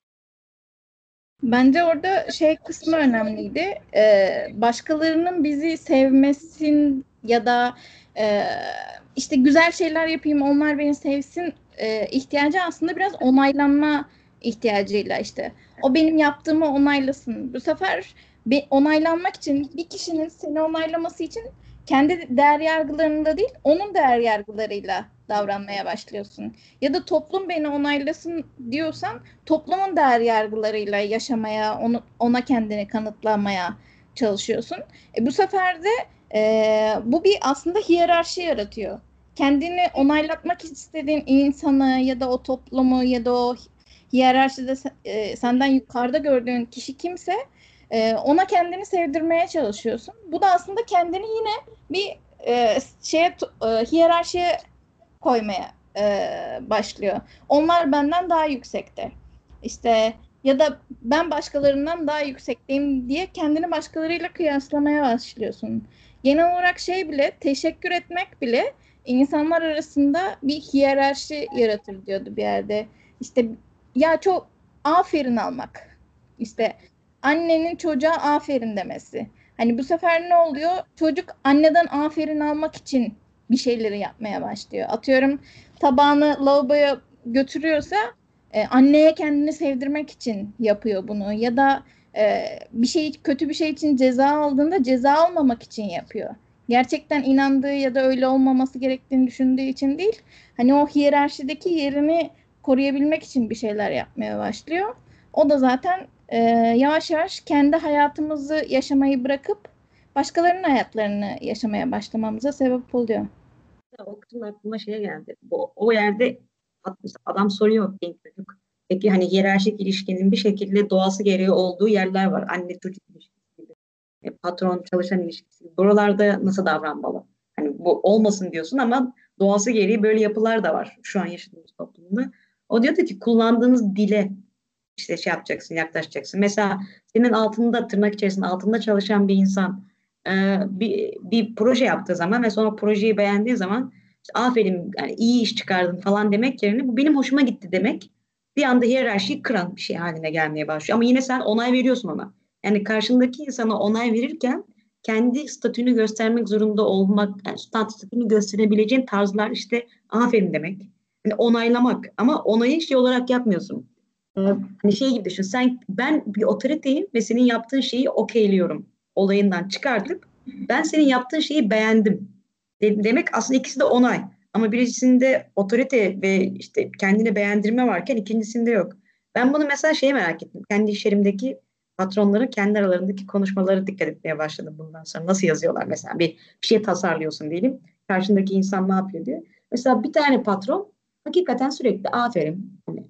Bence orada şey kısmı önemliydi. Başkalarının bizi sevmesin ya da işte güzel şeyler yapayım, onlar beni sevsin ihtiyacı aslında biraz onaylanma ihtiyacıyla işte. O benim yaptığımı onaylasın. Bu sefer onaylanmak için bir kişinin seni onaylaması için kendi değer yargılarında değil, onun değer yargılarıyla davranmaya başlıyorsun. Ya da toplum beni onaylasın diyorsan toplumun değer yargılarıyla yaşamaya, ona kendini kanıtlamaya çalışıyorsun. Bu sefer de bu bir aslında hiyerarşi yaratıyor. Kendini onaylatmak istediğin insanı ya da o toplumu ya da o hiyerarşide senden yukarıda gördüğün kişi kimse ona kendini sevdirmeye çalışıyorsun. Bu da aslında kendini yine bir hiyerarşiye koymaya başlıyor. Onlar benden daha yüksekte. İşte ya da ben başkalarından daha yüksekteyim diye kendini başkalarıyla kıyaslamaya başlıyorsun. Genel olarak teşekkür etmek bile insanlar arasında bir hiyerarşi yaratır diyordu bir yerde. İşte ya çok aferin almak. İşte annenin çocuğa aferin demesi. Hani bu sefer ne oluyor? Çocuk anneden aferin almak için bir şeyleri yapmaya başlıyor. Atıyorum tabağını lavaboya götürüyorsa anneye kendini sevdirmek için yapıyor bunu. Ya da kötü bir şey için ceza aldığında ceza almamak için yapıyor. Gerçekten inandığı ya da öyle olmaması gerektiğini düşündüğü için değil. Hani o hiyerarşideki yerini koruyabilmek için bir şeyler yapmaya başlıyor. O da zaten yavaş yavaş kendi hayatımızı yaşamayı bırakıp başkalarının hayatlarını yaşamaya başlamamıza sebep oluyor. O kısım aklıma geldi. O yerde adam soruyor genç çocuk. Peki hani hiyerarşik ilişkinin bir şekilde doğası gereği olduğu yerler var. Anne çocuk ilişkisi gibi. Patron çalışan ilişkisi gibi. Buralarda nasıl davranmalı? Hani bu olmasın diyorsun ama doğası gereği böyle yapılar da var şu an yaşadığımız toplumda. O diyordu ki kullandığınız dile işte yapacaksın, yaklaşacaksın. Mesela senin altında, tırnak içerisinde altında çalışan bir insan bir proje yaptığı zaman ve sonra projeyi beğendiği zaman işte, aferin yani iyi iş çıkardın falan demek yerine bu benim hoşuma gitti demek bir anda hiyerarşiyi kıran bir şey haline gelmeye başlıyor. Ama yine sen onay veriyorsun ona. Yani karşındaki insana onay verirken kendi statünü göstermek zorunda olmak, yani statünü gösterebileceğin tarzlar işte aferin demek. Yani onaylamak ama onayı şey olarak yapmıyorsun. Hani şey gibi düşün. Ben bir otoriteyim ve senin yaptığın şeyi okeyliyorum olayından çıkartıp ben senin yaptığın şeyi beğendim. Demek aslında ikisi de onay. Ama birincisinde otorite ve işte kendini beğendirme varken ikincisinde yok. Ben bunu mesela merak ettim. Kendi iş yerimdeki patronların kendi aralarındaki konuşmaları dikkat etmeye başladım bundan sonra. Nasıl yazıyorlar mesela bir şey tasarlıyorsun diyelim. Karşındaki insan ne yapıyor diye. Mesela bir tane patron hakikaten sürekli aferin. Hani,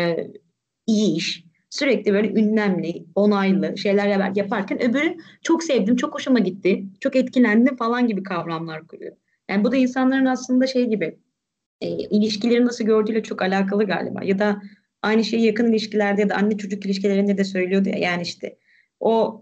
iyi iş. Sürekli böyle ünlemli, onaylı şeyler yaparken öbürü çok sevdim, çok hoşuma gitti, çok etkilendim falan gibi kavramlar kuruyor. Yani bu da insanların aslında gibi ilişkileri nasıl gördüğüyle çok alakalı galiba. Ya da aynı şeyi yakın ilişkilerde ya da anne çocuk ilişkilerinde de söylüyordu ya. Yani işte o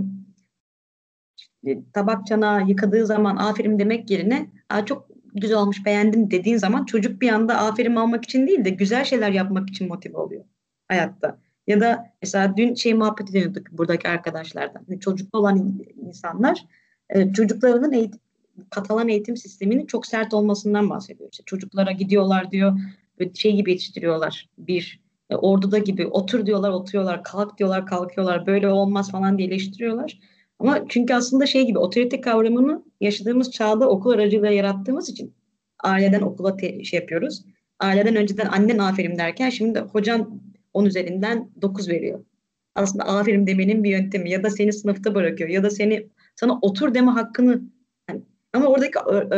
tabak çanağı yıkadığı zaman aferin demek yerine çok güzel olmuş beğendim dediğin zaman çocuk bir anda aferin almak için değil de güzel şeyler yapmak için motive oluyor hayatta. Ya da mesela dün muhabbet ediyorduk buradaki arkadaşlardan. Yani çocuklu olan insanlar çocuklarının Katalan eğitim sisteminin çok sert olmasından bahsediyor. İşte çocuklara gidiyorlar diyor böyle gibi yetiştiriyorlar. Orduda gibi otur diyorlar oturuyorlar, kalk diyorlar kalkıyorlar, böyle olmaz falan diye eleştiriyorlar. Ama çünkü aslında gibi otorite kavramını yaşadığımız çağda okul aracılığıyla yarattığımız için aileden okula yapıyoruz. Aileden önceden annen aferin derken şimdi hocan 10 üzerinden 9 veriyor. Aslında aferin demenin bir yöntemi ya da seni sınıfta bırakıyor ya da sana otur deme hakkını yani, ama oradaki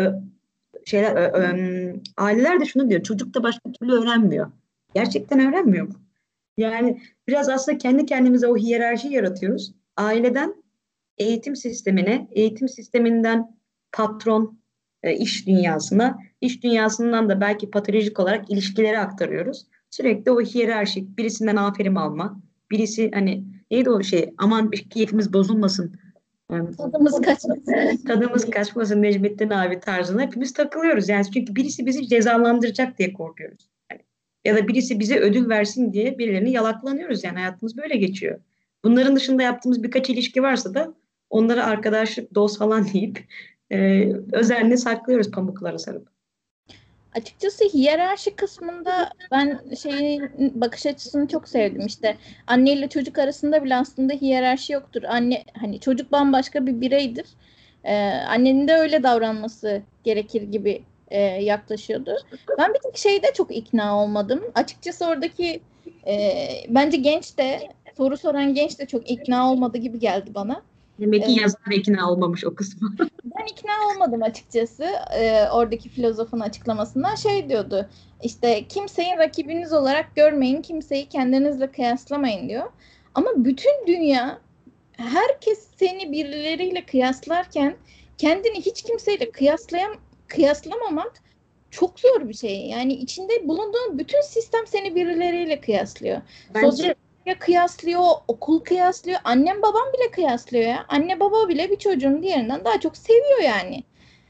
aileler de şunu diyor çocuk da başka türlü öğrenmiyor. Gerçekten öğrenmiyor mu? Yani biraz aslında kendi kendimize o hiyerarşi yaratıyoruz. Aileden eğitim sistemine, eğitim sisteminden patron iş dünyasına, iş dünyasından da belki patolojik olarak ilişkilere aktarıyoruz. Sürekli o hiyerarşik birisinden aferin alma, birisi hani neydi o aman bir keyfimiz bozulmasın Yani Tadımız kaçmasın. tadımız kaçmasın Necmettin abi tarzına hepimiz takılıyoruz. Yani çünkü birisi bizi cezalandıracak diye korkuyoruz. Yani, ya da birisi bize ödül versin diye birilerini yalaklanıyoruz. Yani hayatımız böyle geçiyor. Bunların dışında yaptığımız birkaç ilişki varsa da onları arkadaşlık, dost falan deyip özenle saklıyoruz pamuklara sarıp. Açıkçası hiyerarşi kısmında ben bakış açısını çok sevdim. İşte anne ile çocuk arasında bile aslında hiyerarşi yoktur. Anne hani çocuk bambaşka bir bireydir. Annenin de öyle davranması gerekir gibi yaklaşıyordu. Ben bir tek şeyde çok ikna olmadım. Açıkçası oradaki bence genç de soru soran genç de çok ikna olmadı gibi geldi bana. Demek ki Ee, yazar ikna olmamış o kısmı. Ben ikna olmadım açıkçası oradaki filozofun açıklamasından diyordu işte kimseyi rakibiniz olarak görmeyin, kimseyi kendinizle kıyaslamayın diyor. Ama bütün dünya herkes seni birileriyle kıyaslarken kendini hiç kimseyle kıyaslamamak çok zor bir şey. Yani içinde bulunduğun bütün sistem seni birileriyle kıyaslıyor. Sosyal Bence medya kıyaslıyor, okul kıyaslıyor, annem babam bile kıyaslıyor ya. Anne baba bile bir çocuğun diğerinden daha çok seviyor yani.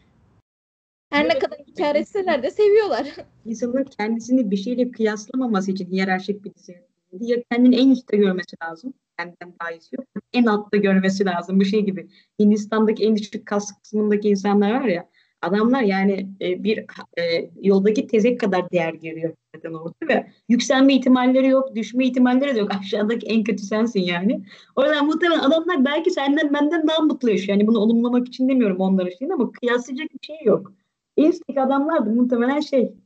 Her ne kadar inkar etseler de seviyorlar. insanın kendisini bir şeyle kıyaslamaması için hiyerarşik bir dizi. Ya kendini en üstte görmesi lazım. Kendinden daha iyisi yok. En altta görmesi lazım. Bu şey gibi. Hindistan'daki en düşük kas kısmındaki insanlar var ya. Adamlar yani yoldaki tezek kadar değer görüyor zaten orada ve yükselme ihtimalleri yok, düşme ihtimalleri de yok. Aşağıdaki en kötü sensin yani. O yüzden muhtemelen adamlar belki senden benden daha mutlu yaşıyor. Yani bunu olumlamak için demiyorum onların şeyini ama kıyaslayacak bir şey yok. En üstteki adamlar da muhtemelen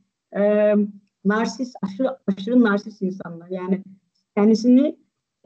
e, narsist, aşırı narsist insanlar. Yani kendisini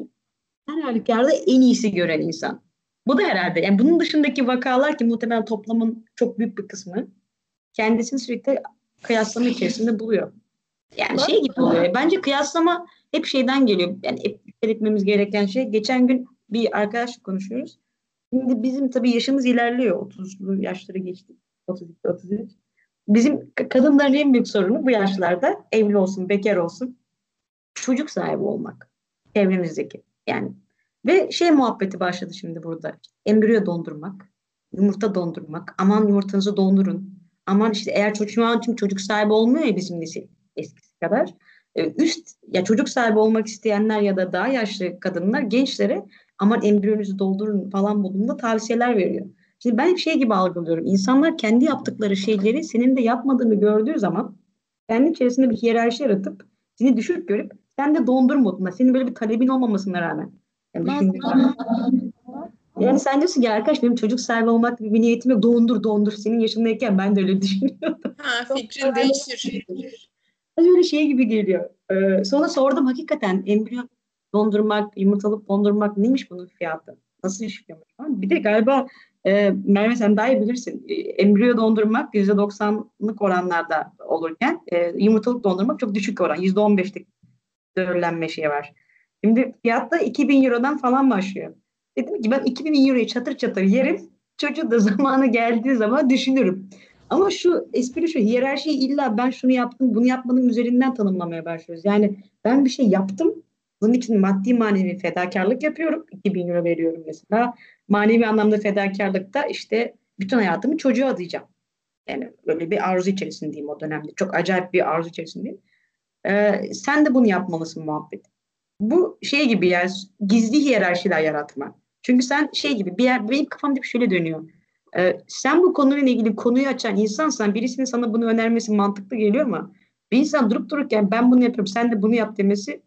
her halükarda en iyisi gören insan. Bu da herhalde. Yani bunun dışındaki vakalar ki muhtemelen toplamın çok büyük bir kısmı kendisini sürekli kıyaslama içerisinde buluyor. Yani şey gibi oluyor. Bence kıyaslama hep şeyden geliyor. Yani hep dikkat etmemiz gereken şey. Geçen gün bir arkadaşla konuşuyoruz. Şimdi bizim tabii yaşımız ilerliyor. 30'lu yaşları geçtik. 32, 33. Bizim kadınların en büyük sorunu bu yaşlarda evli olsun, bekar olsun, çocuk sahibi olmak. Çevremizdeki. Yani ve muhabbeti başladı şimdi burada. Embriyo dondurmak, yumurta dondurmak. Aman yumurtanızı dondurun. Aman işte eğer şu an çünkü çocuk sahibi olmuyor ya bizim nesil eskisi kadar. Ya çocuk sahibi olmak isteyenler ya da daha yaşlı kadınlar gençlere aman embriyonuzu doldurun falan modunda tavsiyeler veriyor. Şimdi ben hep gibi algılıyorum. İnsanlar kendi yaptıkları şeyleri senin de yapmadığını gördüğü zaman kendi içerisinde bir hiyerarşi yaratıp seni düşük görüp sen de dondur modunda. Senin böyle bir talebin olmamasına rağmen. Yani düşündüğün zaman. Yani sen diyorsun ki arkadaş benim çocuk sahibi olmak gibi bir niyetim yok. Dondur. Senin yaşındayken ben de öyle düşünüyordum. Ha, fikrin değişir. Öyle gibi geliyor. Sonra sordum hakikaten embriyo dondurmak, yumurtalık dondurmak neymiş bunun fiyatı? Nasıl işliyormuş falan. Bir de galiba Merve sen daha iyi bilirsin. Embriyo dondurmak %90'lık oranlarda olurken yumurtalık dondurmak çok düşük oran. %15'lik döllenme var. Şimdi fiyatta 2000 Euro'dan falan başlıyor. Dedim ki ben 2000 Euro'yu çatır çatır yerim. Çocuğu da zamanı geldiği zaman düşünürüm. Ama espri hiyerarşiyi illa ben şunu yaptım bunu yapmadım üzerinden tanımlamaya başlıyoruz. Yani ben bir şey yaptım. Bunun için maddi manevi fedakarlık yapıyorum. 2000 euro veriyorum mesela. Manevi anlamda fedakarlıkta işte bütün hayatımı çocuğa adayacağım. Yani böyle bir arzu içerisindeyim o dönemde. Çok acayip bir arzu içerisindeyim. Sen de bunu yapmalısın muhabbet. Bu gibi yani gizli hiyerarşiler yaratma. Çünkü sen gibi benim kafamda bir şöyle dönüyor. Sen bu konuyla ilgili konuyu açan insansan birisinin sana bunu önermesi mantıklı geliyor ama bir insan durup dururken ben bunu yapıyorum sen de bunu yap demesi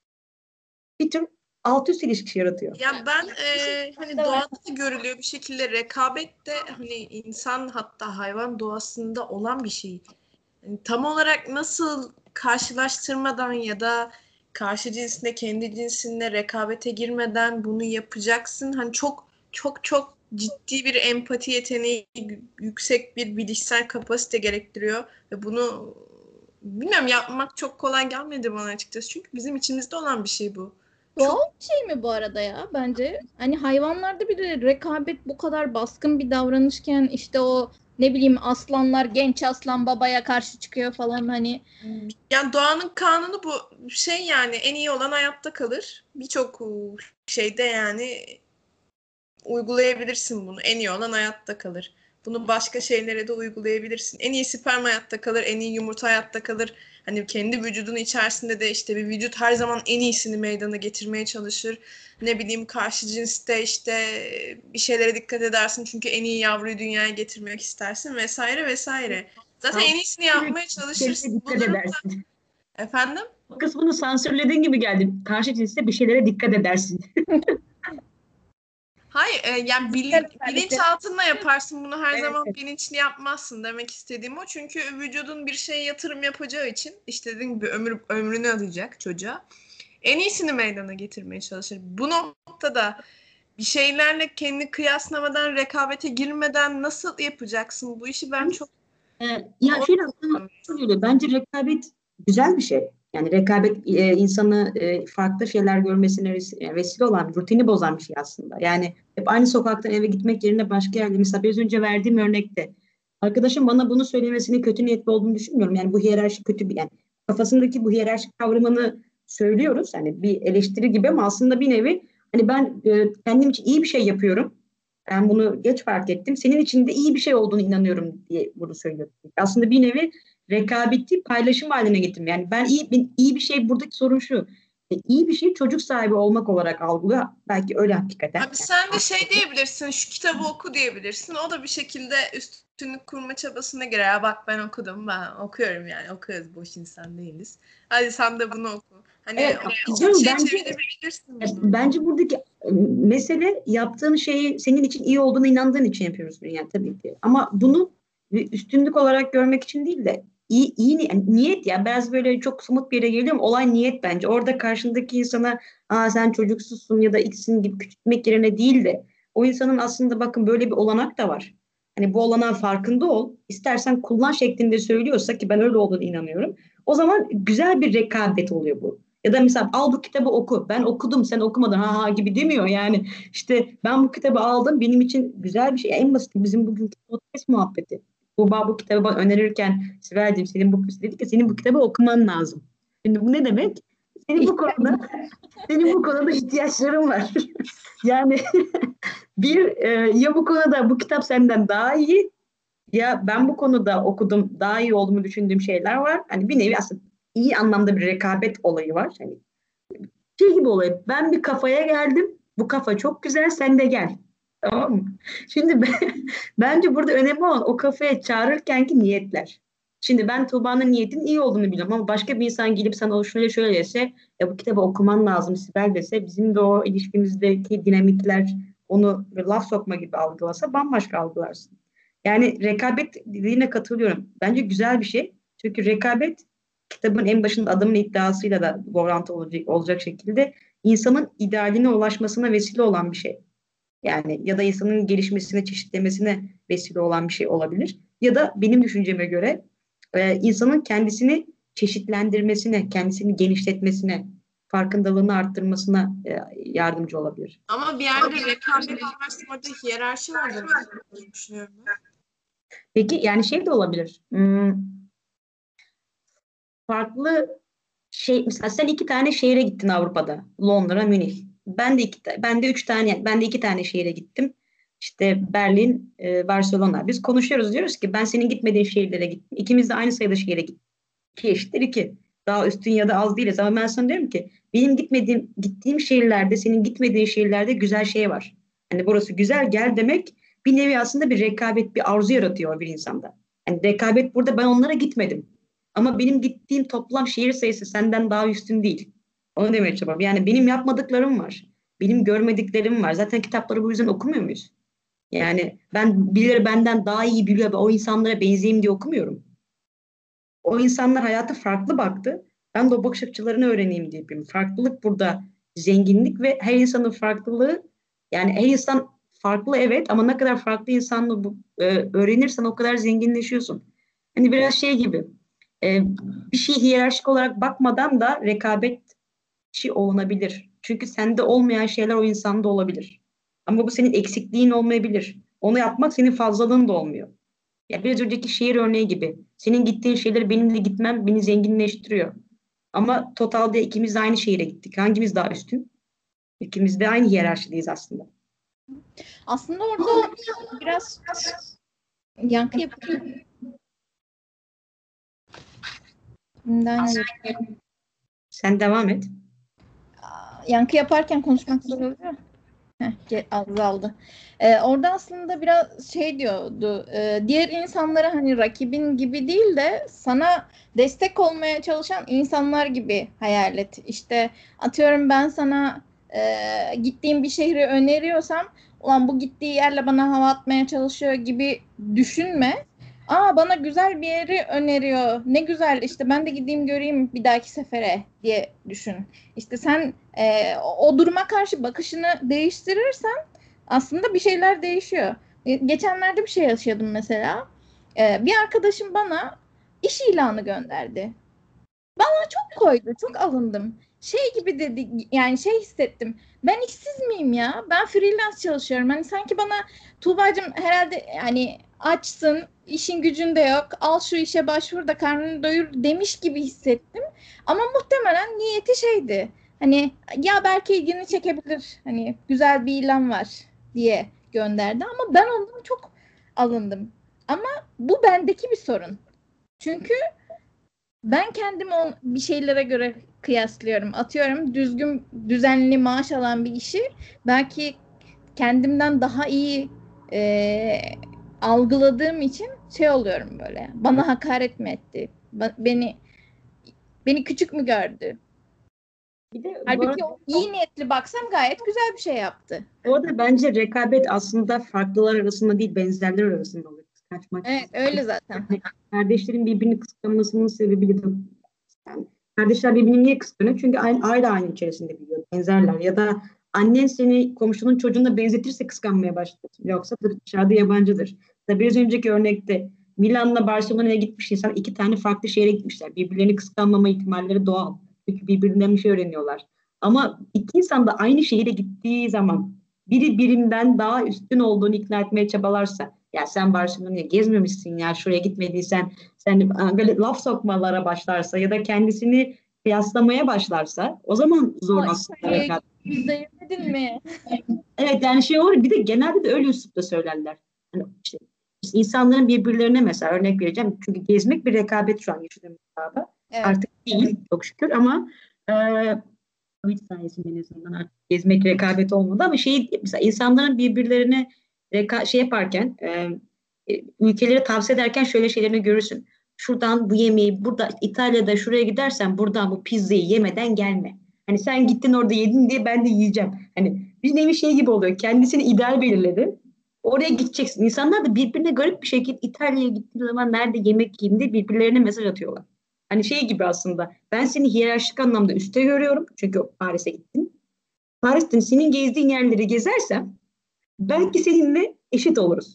bir tür alt üst ilişki yaratıyor. Ya ben hani doğada da görülüyor bir şekilde rekabet de hani insan hatta hayvan doğasında olan bir şey. Yani tam olarak nasıl karşılaştırmadan ya da karşı cinsine kendi cinsinle rekabete girmeden bunu yapacaksın. Hani çok çok çok ciddi bir empati yeteneği, yüksek bir bilişsel kapasite gerektiriyor ve bunu bilmiyorum yapmak çok kolay gelmedi bana açıkçası. Çünkü bizim içimizde olan bir şey bu. Doğal bir şey mi bu arada ya bence? Hani hayvanlarda bile rekabet bu kadar baskın bir davranışken işte o ne bileyim aslanlar genç aslan babaya karşı çıkıyor falan hani. Yani doğanın kanunu bu yani en iyi olan hayatta kalır. Birçok şeyde yani uygulayabilirsin bunu. En iyi olan hayatta kalır. Bunu başka şeylere de uygulayabilirsin. En iyi sperm hayatta kalır, en iyi yumurta hayatta kalır. Hani kendi vücudun içerisinde de işte bir vücut her zaman en iyisini meydana getirmeye çalışır. Ne bileyim karşı cinste işte bir şeylere dikkat edersin çünkü en iyi yavruyu dünyaya getirmek istersin vesaire vesaire. Zaten en iyisini yapmaya çalışırsın. Dikkat Bunların edersin. efendim? O kısmını sansürlediğin gibi geldi. Karşı cinste bir şeylere dikkat edersin. Hayır, yani bilinçaltında yaparsın bunu her Evet, zaman evet. bilinçli yapmazsın demek istediğim o. Çünkü vücudun bir şeye yatırım yapacağı için işte dediğim gibi ömrünü alacak çocuğa. En iyisini meydana getirmeye çalışır. Bu noktada bir şeylerle kendi kıyaslamadan, rekabete girmeden nasıl yapacaksın? Bu işi ben çok Ya şöyle aslında şöyle, bence rekabet güzel bir şey. Yani rekabet insanı farklı şeyler görmesine vesile olan, rutini bozan bir şey aslında. Yani hep aynı sokaktan eve gitmek yerine başka yerde. Mesela biraz önce verdiğim örnekte arkadaşım bana bunu söylemesinin kötü niyetli olduğunu düşünmüyorum. Yani bu hiyerarşi kötü bir, yani kafasındaki bu hiyerarşi kavramını söylüyoruz. Hani bir eleştiri gibi ama aslında bir nevi hani ben kendim için iyi bir şey yapıyorum. Ben bunu geç fark ettim. Senin için de iyi bir şey olduğunu inanıyorum diye bunu söylüyorum. Aslında bir nevi rekabeti paylaşım haline getirdim. Yani ben iyi bir şey, buradaki sorun şu. İyi bir şey çocuk sahibi olmak olarak algılıyor. Belki öyle hakikaten. Abi sen de şey diyebilirsin, şu kitabı oku diyebilirsin. O da bir şekilde üstünlük kurma çabasına girer. Ya bak ben okudum, ben okuyorum yani. Okuyoruz, boş insan değiliz. Hadi sen de bunu oku. Hani Evet, birçok şey bence çevirebilirsin bunu. bence buradaki mesele yaptığın şeyi senin için iyi olduğunu inandığın için yapıyoruz yani tabii ki. Ama bunu üstünlük olarak görmek için değil de yani niyet, ya biraz böyle çok somut bir yere geliyorum. Olay niyet bence. Orada karşındaki insana sen çocuksuzsun ya da X'in gibi küçültmek yerine değil de o insanın aslında bakın böyle bir olanak da var. Hani bu olanağın farkında ol. İstersen kullan şeklinde söylüyorsa, ki ben öyle olduğunu inanıyorum. O zaman güzel bir rekabet oluyor bu. Ya da mesela al bu kitabı oku. Ben okudum, sen okumadın ha ha gibi demiyor yani. İşte ben bu kitabı aldım, benim için güzel bir şey. En basit bizim bugünkü podcast muhabbeti. Bu kitabı bana önerirken Sibel'cim dedi ki senin bu kitabı okuman lazım. Şimdi bu ne demek? Senin bu konuda senin bu konuda ihtiyaçların var. Yani ya bu konuda bu kitap senden daha iyi, ya ben bu konuda okudum, daha iyi olduğumu düşündüğüm şeyler var. Hani bir nevi aslında iyi anlamda bir rekabet olayı var. Hani şey gibi oluyor. Ben bir kafaya geldim. Bu kafa çok güzel, sen de gel. Tamam mı? Şimdi bence burada önemli olan o kafaya çağırırkenki niyetler. Şimdi ben Tuğba'nın niyetinin iyi olduğunu biliyorum ama başka bir insan gelip sana o şöyle dese, ya bu kitabı okuman lazım Sibel dese, bizim de o ilişkimizdeki dinamikler onu laf sokma gibi algılasa bambaşka algılarsın. Yani rekabet dediğine katılıyorum. Bence güzel bir şey. Çünkü rekabet kitabın en başında adamın iddiasıyla da orantı olacak şekilde insanın idealine ulaşmasına vesile olan bir şey. Yani ya da insanın gelişmesine, çeşitlemesine vesile olan bir şey olabilir. Ya da benim düşünceme göre insanın kendisini çeşitlendirmesine, kendisini genişletmesine, farkındalığını arttırmasına yardımcı olabilir. Ama bir yerde rekabet varsa orada hiyerarşi var demek diye düşünüyorum ben. Peki yani şey de olabilir. Farklı şey, mesela sen 2 tane şehre gittin Avrupa'da. Londra, Münih. Ben de 3 tane, yani ben de 2 tane şehre gittim. İşte Berlin, Barcelona. Biz konuşuyoruz, diyoruz ki ben senin gitmediğin şehirlere gittim. İkimiz de aynı sayıda şehre gittik. 2 eşittir 2. Daha üstün ya da az değiliz ama ben sana diyorum ki benim gittiğim şehirlerde, senin gitmediğin şehirlerde güzel şey var. Hani burası güzel, gel demek bir nevi aslında bir rekabet, bir arzu yaratıyor bir insanda. Hani rekabet burada, ben onlara gitmedim. Ama benim gittiğim toplam şehir sayısı senden daha üstün değil. Onu demeye çalışıyorum. Yani benim yapmadıklarım var. Benim görmediklerim var. Zaten kitapları bu yüzden okumuyor muyuz? Yani ben birileri benden daha iyi biliyor ve o insanlara benzeyeyim diye okumuyorum. O insanlar hayata farklı baktı. Ben de o bakış açılarını öğreneyim diye yapıyorum. Farklılık burada zenginlik ve her insanın farklılığı, yani her insan farklı evet, ama ne kadar farklı insanla öğrenirsen o kadar zenginleşiyorsun. Hani biraz şey gibi bir şey hiyerarşik olarak bakmadan da rekabetçi olunabilir. Çünkü sende olmayan şeyler o insanda olabilir. Ama bu senin eksikliğin olmayabilir. Onu yapmak senin fazlalığın da olmuyor. Ya biraz önceki şehir örneği gibi. Senin gittiğin şeyleri benim de gitmem beni zenginleştiriyor. Ama totalde ikimiz de aynı şehire gittik. Hangimiz daha üstün? İkimiz de aynı hiyerarşideyiz aslında. Aslında orada biraz yankı yapıyor. Sen devam et. Yankı yaparken konuşmak zor oluyor. Azaldı. Orada aslında biraz şey diyordu. Diğer insanlara hani rakibin gibi değil de sana destek olmaya çalışan insanlar gibi hayal et. İşte atıyorum ben sana gittiğim bir şehri öneriyorsam ulan bu gittiği yerle bana hava atmaya çalışıyor gibi düşünme. Bana güzel bir yeri öneriyor. Ne güzel işte ben de gideyim göreyim bir dahaki sefere diye düşün. İşte sen o duruma karşı bakışını değiştirirsen aslında bir şeyler değişiyor. Geçenlerde bir şey yaşadım mesela. Bir arkadaşım bana iş ilanı gönderdi. Bana çok koydu, çok alındım. Şey gibi dedi, yani şey hissettim. Ben işsiz miyim ya? Ben freelance çalışıyorum. Hani sanki bana Tuğba'cığım herhalde yani açsın, işin gücün de yok. Al şu işe başvur da karnını doyur demiş gibi hissettim. Ama muhtemelen niyeti şeydi. Hani ya belki ilgini çekebilir. Hani güzel bir ilan var diye gönderdi ama ben ondan çok alındım. Ama bu bendeki bir sorun. Çünkü ben kendimi bir şeylere göre kıyaslıyorum. Atıyorum düzgün, düzenli maaş alan bir işi belki kendimden daha iyi algıladığım için şey oluyorum böyle. Bana hakaret mi etti? Beni küçük mü gördü? Bir de bu Halbuki arada, o iyi niyetli baksam gayet güzel bir şey yaptı. orada bence rekabet aslında farklılar arasında değil, benzerler arasında oluyor. Kaçmak. Evet, öyle zaten. Kardeşlerin birbirini kıskanmasının sebebi ya da yani kardeşler birbirini niye kıskanıyor? Çünkü aynı aile içerisinde büyüyor. Benzerler. Ya da annen seni komşunun çocuğuna benzetirse kıskanmaya başlar. Yoksa dışarıda yabancıdır. Tabii biraz önceki örnekte Milan'la Barcelona'ya gitmiş insan iki tane farklı şehre gitmişler. Birbirlerini kıskanmama ihtimalleri doğal. Çünkü birbirinden bir şey öğreniyorlar. Ama iki insan da aynı şehire gittiği zaman biri birinden daha üstün olduğunu ikna etmeye çabalarsa, ya sen Barcelona'ya gezmemişsin, ya şuraya gitmediysen, sen böyle laf sokmalara başlarsa ya da kendisini kıyaslamaya başlarsa, o zaman zor aslında rekabet. İzlemedin mi? Evet, yani şey olur, bir de genelde de öyle üslupta söylerler. Hani işte insanların birbirlerine mesela örnek vereceğim. Çünkü gezmek bir rekabet şu an yaşadığımız çağda. Evet. Artık değil çok şükür ama e, Covid sayesinde en azından artık gezmek rekabet olmadı ama mesela insanların birbirlerine şey yaparken ülkeleri tavsiye ederken şöyle şeylerini görürsün. Şuradan bu yemeği, burada İtalya'da şuraya gidersen buradan bu pizzayı yemeden gelme. Hani sen gittin orada yedin diye ben de yiyeceğim. Hani bir nevi şey gibi oluyor. Kendisini ideal belirledi. Oraya gideceksin. İnsanlar da birbirine garip bir şekilde İtalya'ya gittiği zaman nerede yemek yiyeyim diye birbirlerine mesaj atıyorlar. Hani şey gibi aslında, ben seni hiyerarşik anlamda üstte görüyorum. Çünkü Paris'e gittin. Paris'te senin gezdiğin yerleri gezersem belki seninle eşit oluruz.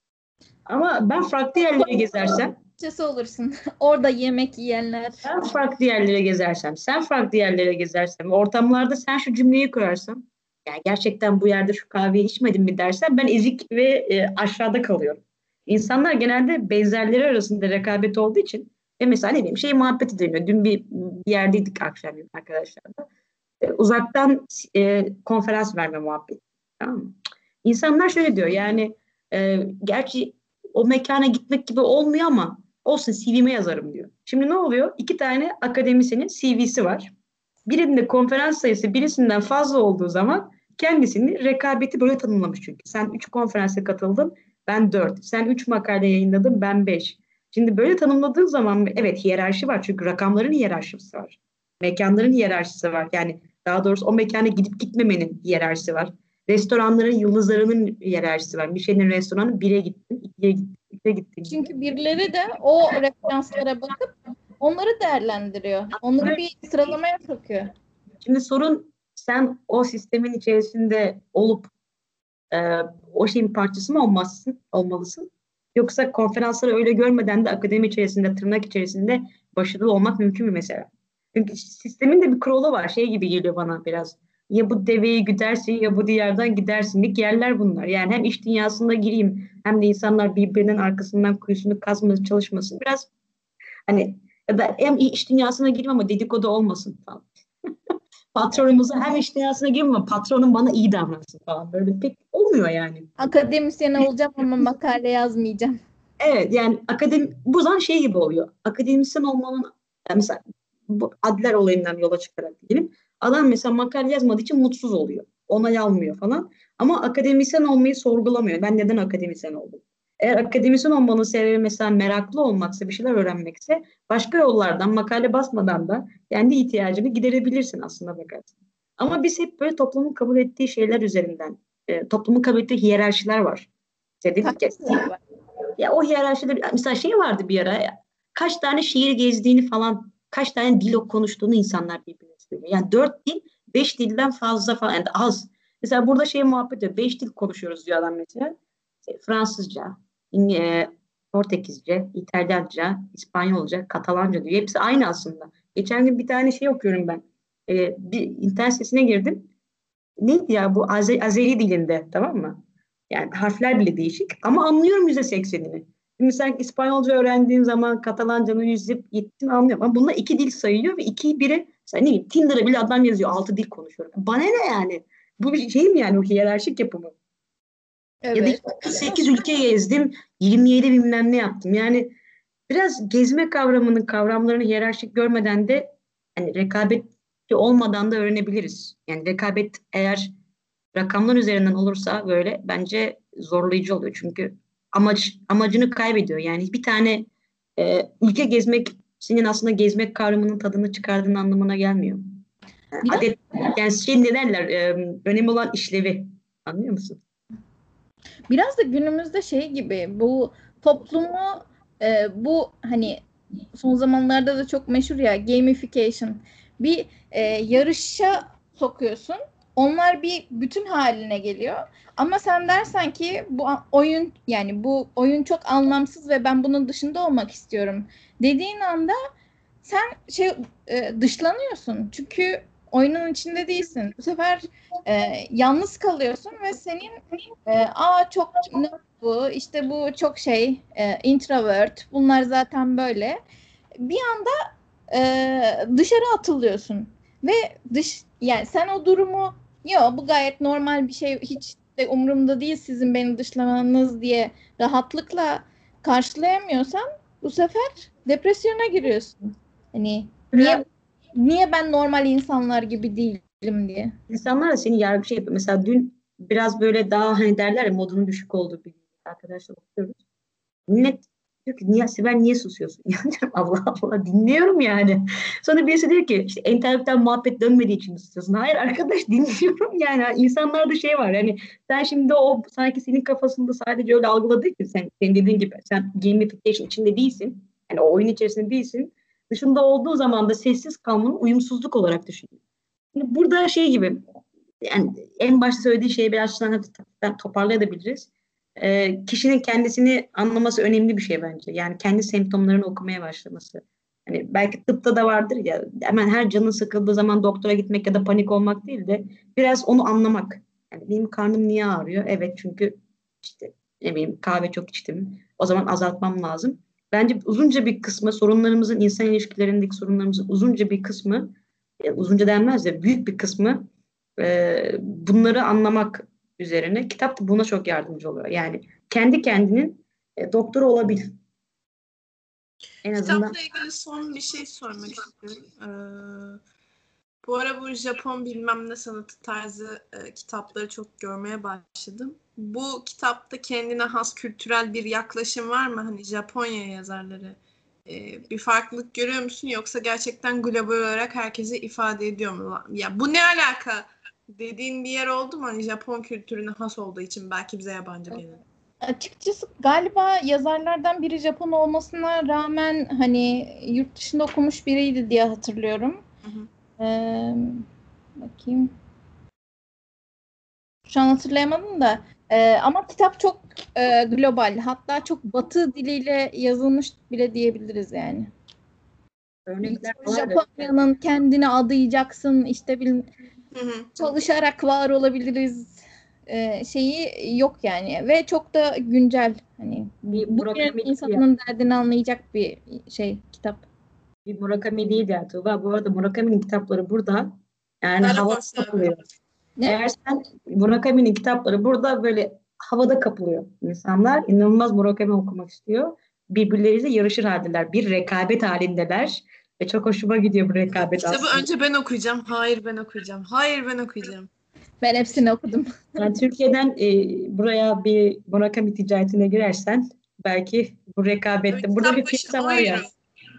Ama ben farklı yerleri gezersem, Parçası olursun. Orada yemek yiyenler. ben farklı yerlere gezersem, sen farklı yerlere gezersen, ortamlarda sen şu cümleyi kurarsan, yani gerçekten bu yerde şu kahveyi içmedim mi dersen ben ezik ve aşağıda kalıyorum. İnsanlar genelde benzerleri arasında rekabet olduğu için ve mesela ne bileyim şey muhabbeti dönüyor. Dün bir yerdeydik akşam arkadaşlarla. Uzaktan konferans verme muhabbeti. Tamam mı? İnsanlar şöyle diyor yani gerçi o mekana gitmek gibi olmuyor ama olsun CV'me yazarım diyor. Şimdi ne oluyor? İki tane akademisyenin CV'si var. Birinde konferans sayısı birisinden fazla olduğu zaman kendisini rekabeti böyle tanımlamış çünkü. Sen 3 konferansa katıldın, ben 4. Sen 3 makale yayınladın, ben 5. Şimdi böyle tanımladığın zaman evet hiyerarşi var çünkü rakamların hiyerarşisi var. Mekanların hiyerarşisi var. Yani daha doğrusu o mekana gidip gitmemenin hiyerarşisi var. Restoranların yıldızlarının hiyerarşisi var. Michelin restoranı 1'e gittin, 2'ye gittin, 3'e gittin. Çünkü birileri de o referanslara bakıp onları değerlendiriyor. Onları bir sıralamaya sokuyor. Şimdi sorun sen o sistemin içerisinde olup e, o şeyin parçası mı olmalısın? Yoksa konferansları öyle görmeden de akademi içerisinde, tırnak içerisinde başarılı olmak mümkün mü mesela? Çünkü sistemin de bir kuralı var. Şey gibi geliyor bana biraz. Ya bu deveyi güdersin ya bu diyardan gidersinlik yerler bunlar. Yani hem iş dünyasında gireyim hem de insanlar birbirinin arkasından kuyusunu kazmaya çalışmasın. Biraz hani ya da hem iş dünyasına gireyim ama dedikodu olmasın falan. Patronumuza hem iş dünyasına girmiyor ama patronum bana iyi davransın falan. Böyle pek olmuyor yani. Akademisyen olacağım ama makale yazmayacağım. Evet yani bu zaman şey gibi oluyor. Akademisyen olmanın yani mesela bu Adler olayından yola çıkarak diyelim. Adam mesela makale yazmadığı için mutsuz oluyor. Onay almıyor falan. Ama akademisyen olmayı sorgulamıyor. Ben neden akademisyen oldum? Eğer akademisyen olmanın sebebi mesela meraklı olmaksa, bir şeyler öğrenmekse başka yollardan makale basmadan da kendi ihtiyacını giderebilirsin aslında bakarsın. Ama biz hep böyle toplumun kabul ettiği şeyler üzerinden, toplumun kabul ettiği hiyerarşiler var. İşte dedik ya, Tabii. ya o hiyerarşide mesela şey vardı bir ara. Kaç tane şehir gezdiğini falan, kaç tane dil konuştuğunu insanlar birbirine söylüyor. Yani 4 dil, 5 dilden fazla falan, yani az. Mesela burada şey muhabbet ediyor. 5 dil konuşuyoruz diyor adam mesela. İşte Fransızca, Portekizce, İtalyanca, İspanyolca, Katalanca diyor. Hepsi aynı aslında. Geçen gün bir tane şey okuyorum ben. Bir internet sitesine girdim. Neydi ya bu Azeri dilinde, tamam mı? Yani harfler bile değişik ama anlıyorum %80'ini. Şimdi sen İspanyolca öğrendiğin zaman Katalancanın %70'ini anlıyorum. Ama bunlar 2 dil sayıyor ve biri mesela ne bileyim Tinder'a bile adam yazıyor 6 dil konuşuyorum. Bana ne yani? Bu bir şey mi yani, o hiyerarşik yapımı? Ya da Evet. işte 48 ülke gezdim, 27 bilmem ne yaptım. Yani biraz gezme kavramlarını hiyerarşik görmeden de hani rekabetçi olmadan da öğrenebiliriz. Yani rekabet eğer rakamlar üzerinden olursa böyle bence zorlayıcı oluyor. Çünkü amacını kaybediyor. Yani bir tane ülke gezmek senin aslında gezmek kavramının tadını çıkardığın anlamına gelmiyor. Yani Biraz yani şey ne derler, önemli olan işlevi. Anlıyor musun? Biraz da günümüzde şey gibi bu toplumu bu hani son zamanlarda da çok meşhur ya gamification bir yarışa sokuyorsun. Onlar bir bütün haline geliyor. Ama sen dersen ki bu oyun yani bu oyun çok anlamsız ve ben bunun dışında olmak istiyorum dediğin anda sen dışlanıyorsun. Çünkü oyunun içinde değilsin. Bu sefer yalnız kalıyorsun ve senin çok bu işte bu çok introvert bunlar zaten böyle bir anda dışarı atılıyorsun ve yani sen o durumu bu gayet normal bir şey hiç de umurumda değil sizin beni dışlamanız diye rahatlıkla karşılayamıyorsan bu sefer depresyona giriyorsun. Hani niye ben normal insanlar gibi değilim diye. İnsanlar da seni yargı şey yapıyor. Mesela dün biraz böyle daha hani derler ya modunun düşük olduğu bir arkadaşlar okuyoruz. Millet diyor ki Sibel niye susuyorsun? Ya diyorum, Allah Allah dinliyorum yani. Sonra birisi diyor ki işte entelektüel muhabbet dönmediği için mi susuyorsun? Hayır arkadaş dinliyorum yani. İnsanlarda şey var yani sen şimdi o sanki senin kafasında sadece öyle algıladığı için senin dediğin gibi sen gamification içinde değilsin. Yani o oyun içerisinde değilsin. Dışında olduğu zaman da sessiz kalmanın uyumsuzluk olarak düşünüyor. Şimdi burada şey gibi yani en başta söylediği şeyi biraz hafiften toparlayabiliriz. Kişinin kendisini anlaması önemli bir şey bence. Yani kendi semptomlarını okumaya başlaması. Hani belki tıpta da vardır ya hemen her canın sıkıldığı zaman doktora gitmek ya da panik olmak değil de biraz onu anlamak. Yani benim karnım niye ağrıyor? Evet çünkü işte ne bileyim kahve çok içtim. O zaman azaltmam lazım. Bence uzunca bir kısmı sorunlarımızın insan ilişkilerindeki sorunlarımızın uzunca bir kısmı uzunca denmez de büyük bir kısmı bunları anlamak üzerine kitap da buna çok yardımcı oluyor. Yani kendi kendinin doktoru olabil. En azından Kitapla ilgili son bir şey sormak istiyorum. Bu ara bu Japon bilmem ne sanatı tarzı kitapları çok görmeye başladım. Bu kitapta kendine has kültürel bir yaklaşım var mı? Hani Japonya yazarları bir farklılık görüyor musun? Yoksa gerçekten global olarak herkese ifade ediyor mu? Ya bu ne alaka dediğin bir yer oldu mu? Hani Japon kültürüne has olduğu için belki bize yabancı gelir. Açıkçası galiba yazarlardan biri Japon olmasına rağmen hani yurt dışında okumuş biriydi diye hatırlıyorum. Hı hı. Bakayım. Şu an hatırlayamadım da. Ama kitap çok global. Hatta çok batı diliyle yazılmış bile diyebiliriz yani. örnekler var da Japonya'nın kendini adayacaksın işte Hı hı. çalışarak var olabiliriz şeyi yok yani ve çok da güncel hani bir bugünün Murakami değil insanın derdini anlayacak bir kitap. bir Murakami değil ya Tuğba. Bu arada Murakami'nin kitapları burada Yani Sarı havada boşluğa. kapılıyor. Ne? Eğer sen Murakami'nin kitapları burada böyle havada kapılıyor. İnsanlar inanılmaz Murakami okumak istiyor. Birbirleriyle yarışır haldeler. Bir rekabet halindeler. Ve çok hoşuma gidiyor bu rekabet Kitabı aslında. önce ben okuyacağım. Hayır ben okuyacağım. Hayır ben okuyacağım. Ben hepsini okudum. Yani Türkiye'den buraya bir Murakami ticaretine girersen belki bu rekabette. Burada Kitap bir başı piyasa 10 var ya. euro.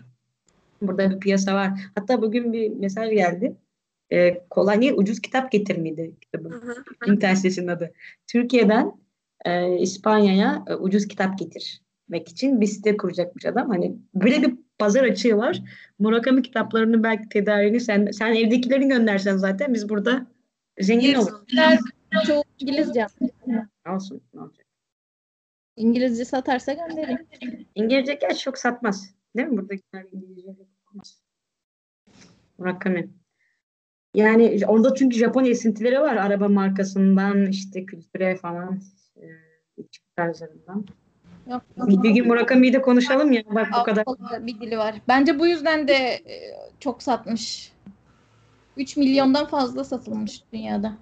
Burada bir piyasa var. Hatta bugün bir mesaj geldi. Kolay değil, ucuz kitap getir miydi Hı kitabın? hı. İnternet sitesinin adı. Türkiye'den İspanya'ya ucuz kitap getirmek için bir site kuracakmış adam. Hani böyle bir pazar açığı var. Murakami kitaplarının belki tedariğini sen evdekilerini göndersen zaten biz burada zengin Yeriz oluruz. onu. Bizler çoğu İngilizce. Olsun. Ne olacak? İngilizce satarsa göndereyim. İngilizce gerçi çok satmaz. Değil mi? Buradakiler İngilizce okumaz. Murakami. Yani orada çünkü Japon esintileri var. Araba markasından işte kültüre falan iç tarzlarından. Yok. Bir gün Murakami'yi de konuşalım ya. Bak bu kadar. Avrupa'da bir dili var. Bence bu yüzden de çok satmış. 3 milyondan fazla satılmış dünyada.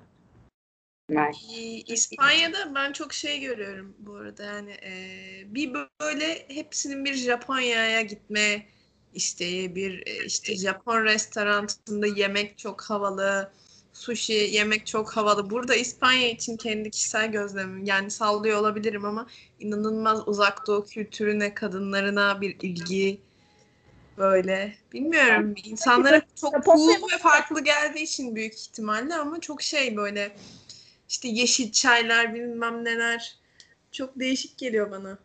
Var. İspanya'da ben çok şey görüyorum bu arada yani bir böyle hepsinin bir Japonya'ya gitme isteği, bir işte Japon restoranında yemek çok havalı, sushi yemek çok havalı. Burada İspanya için kendi kişisel gözlemim, yani sallıyor olabilirim ama inanılmaz uzak doğu kültürüne, kadınlarına bir ilgi, böyle bilmiyorum, insanlara çok cool ve farklı geldiği için büyük ihtimalle, ama çok şey böyle işte yeşil çaylar bilmem neler. Çok değişik geliyor bana.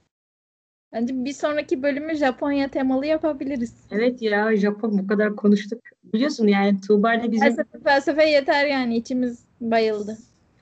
Bence bir sonraki bölümü Japonya temalı yapabiliriz. Evet ya, Japon bu kadar konuştuk. Biliyorsun yani Tuğba ile bizim Felsefe yeter yani, içimiz bayıldı.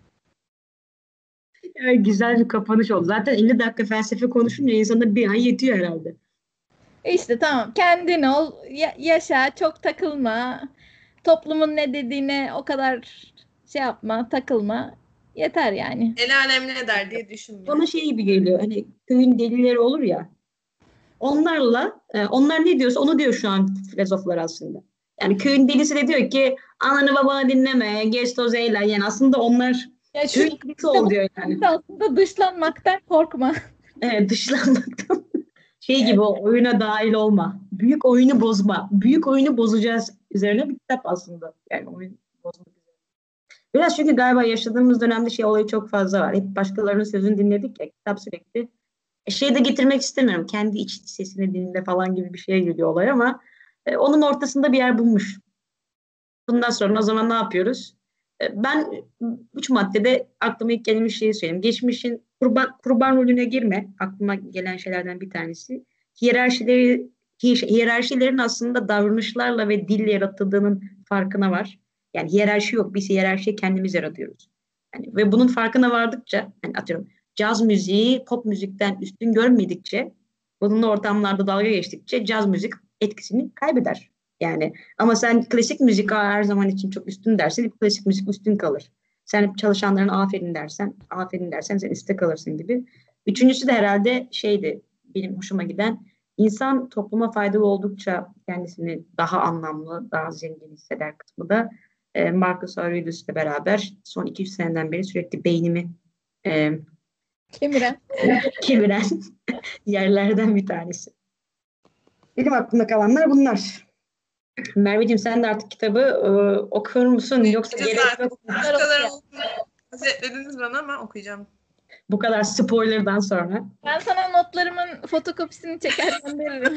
güzel bir kapanış oldu. Zaten 50 dakika felsefe konuşunca insana bir ay yetiyor herhalde. İşte tamam, kendin ol, yaşa, çok takılma. Toplumun ne dediğine o kadar şey yapma, takılma. Yeter yani. El alem ne der diye düşünme. Bana şey gibi geliyor. Hani köyün delileri olur ya. Onlarla onlar ne diyorsa onu diyor şu an filozoflar aslında. Yani köyün delisi de diyor ki ananı babanı dinleme, geç toz eğlen. Yani aslında onlar Ya şu köyün delisi ol diyor yani. aslında dışlanmaktan korkma. Evet, dışlanmaktan. Şey gibi o oyuna dahil olma. Büyük oyunu bozma. Büyük oyunu bozacağız üzerine bir kitap aslında. Yani oyun bozmak üzerine. Biraz çünkü galiba yaşadığımız dönemde şey olayı çok fazla var. Hep başkalarının sözünü dinledik ya. Kitap sürekli şey de getirmek istemiyorum. Kendi iç sesini dinle falan gibi bir şeye geliyor olay ama onun ortasında bir yer bulmuş. Bundan sonra o zaman ne yapıyoruz? Ben 3 maddede aklıma ilk gelen şeyi söyleyeyim. Geçmişin kurban rolüne girme. Aklıma gelen şeylerden bir tanesi. Hiyerarşilerin aslında davranışlarla ve dille yaratıldığının farkına var. Yani hiyerarşi yok. Biz hiyerarşiyi kendimiz yaratıyoruz. Yani, ve bunun farkına vardıkça, yani atıyorum caz müziği pop müzikten üstün görmedikçe, bununla ortamlarda dalga geçtikçe caz müzik etkisini kaybeder. Yani ama sen klasik müzik her zaman için çok üstün dersen hep klasik müzik üstün kalır. Sen hep çalışanlarına aferin dersen sen üstte kalırsın gibi. Üçüncüsü de herhalde şeydi, benim hoşuma giden, insan topluma faydalı oldukça kendisini daha anlamlı, daha zengin hisseder kısmı da Marcus Aurelius'la beraber son 200 seneden beri sürekli beynimi e, Kemiren. kemiren yerlerden bir tanesi. Benim aklımda kalanlar bunlar. Merveciğim sen de artık kitabı okur musun? Yoksa gerek yok. Bu kadar özetlediniz bana ama okuyacağım. Bu kadar spoilerdan sonra. Ben sana notlarımın fotokopisini çeker gönderirim.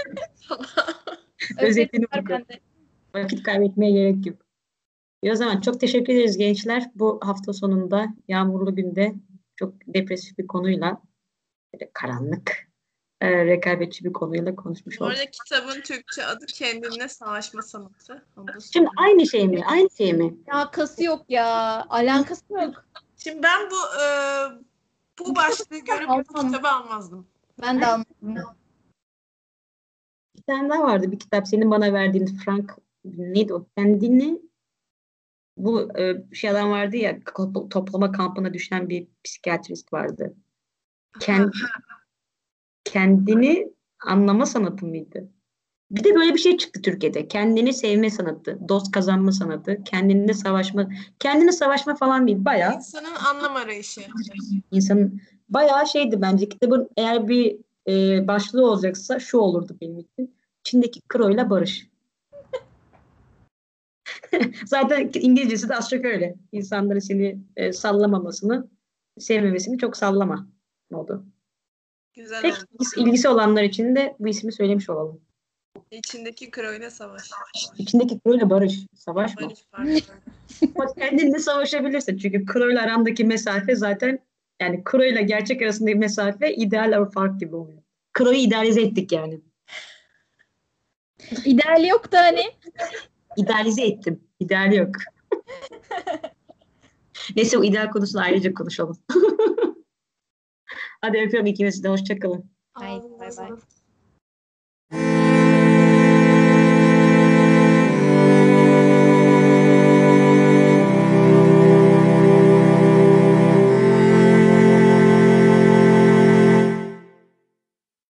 Özetini Var oku. bende. Vakit kaybetmeye gerek yok. O zaman çok teşekkür ederiz gençler. Bu hafta sonunda yağmurlu günde çok depresif bir konuyla, karanlık, rekabetçi bir konuyla konuşmuş Bu olduk. arada kitabın Türkçe adı Kendinle Savaşma Sanatı. Şimdi aynı şey mi? Aynı şey mi? Alakası yok ya. Alakası yok. Şimdi ben bu başlığı görüp bu kitabı almazdım. Ben de anladım. Bir tane daha vardı bir kitap. Senin bana verdiğin Frank neydi o? Kendini bu şey adam vardı ya, toplama kampına düşen bir psikiyatrist vardı. Kendini anlama sanatı mıydı? Bir de böyle bir şey çıktı Türkiye'de. Kendini sevme sanatı, dost kazanma sanatı, kendine savaşma falan değil. Bayağı İnsanın anlam arayışı. insanın bayağı şeydi bence. Kitabın eğer bir başlığı olacaksa şu olurdu benim için. Çin'deki kroyla barış. Zaten İngilizcesi de az çok öyle. İnsanların seni sallamamasını, sevmemesini çok sallama oldu. Güzel Pek oldu. ilgisi olanlar için de bu ismi söylemiş olalım. İçindeki kroyla savaş. İçindeki kroyla barış. Savaş mı? Barış pardon. Ama kendinle savaşabilirsin. Çünkü kroyla arandaki mesafe zaten yani kroyla gerçek arasındaki mesafe ideal fark gibi oluyor. Kroyu idealize ettik yani. İdeal yok da hani. İdealize ettim. İdeal yok. Neyse o ideal konusunu ayrıca konuşalım. Hadi öpüyorum ikinizi de. Hoşça kalın. Haydi, bay bay.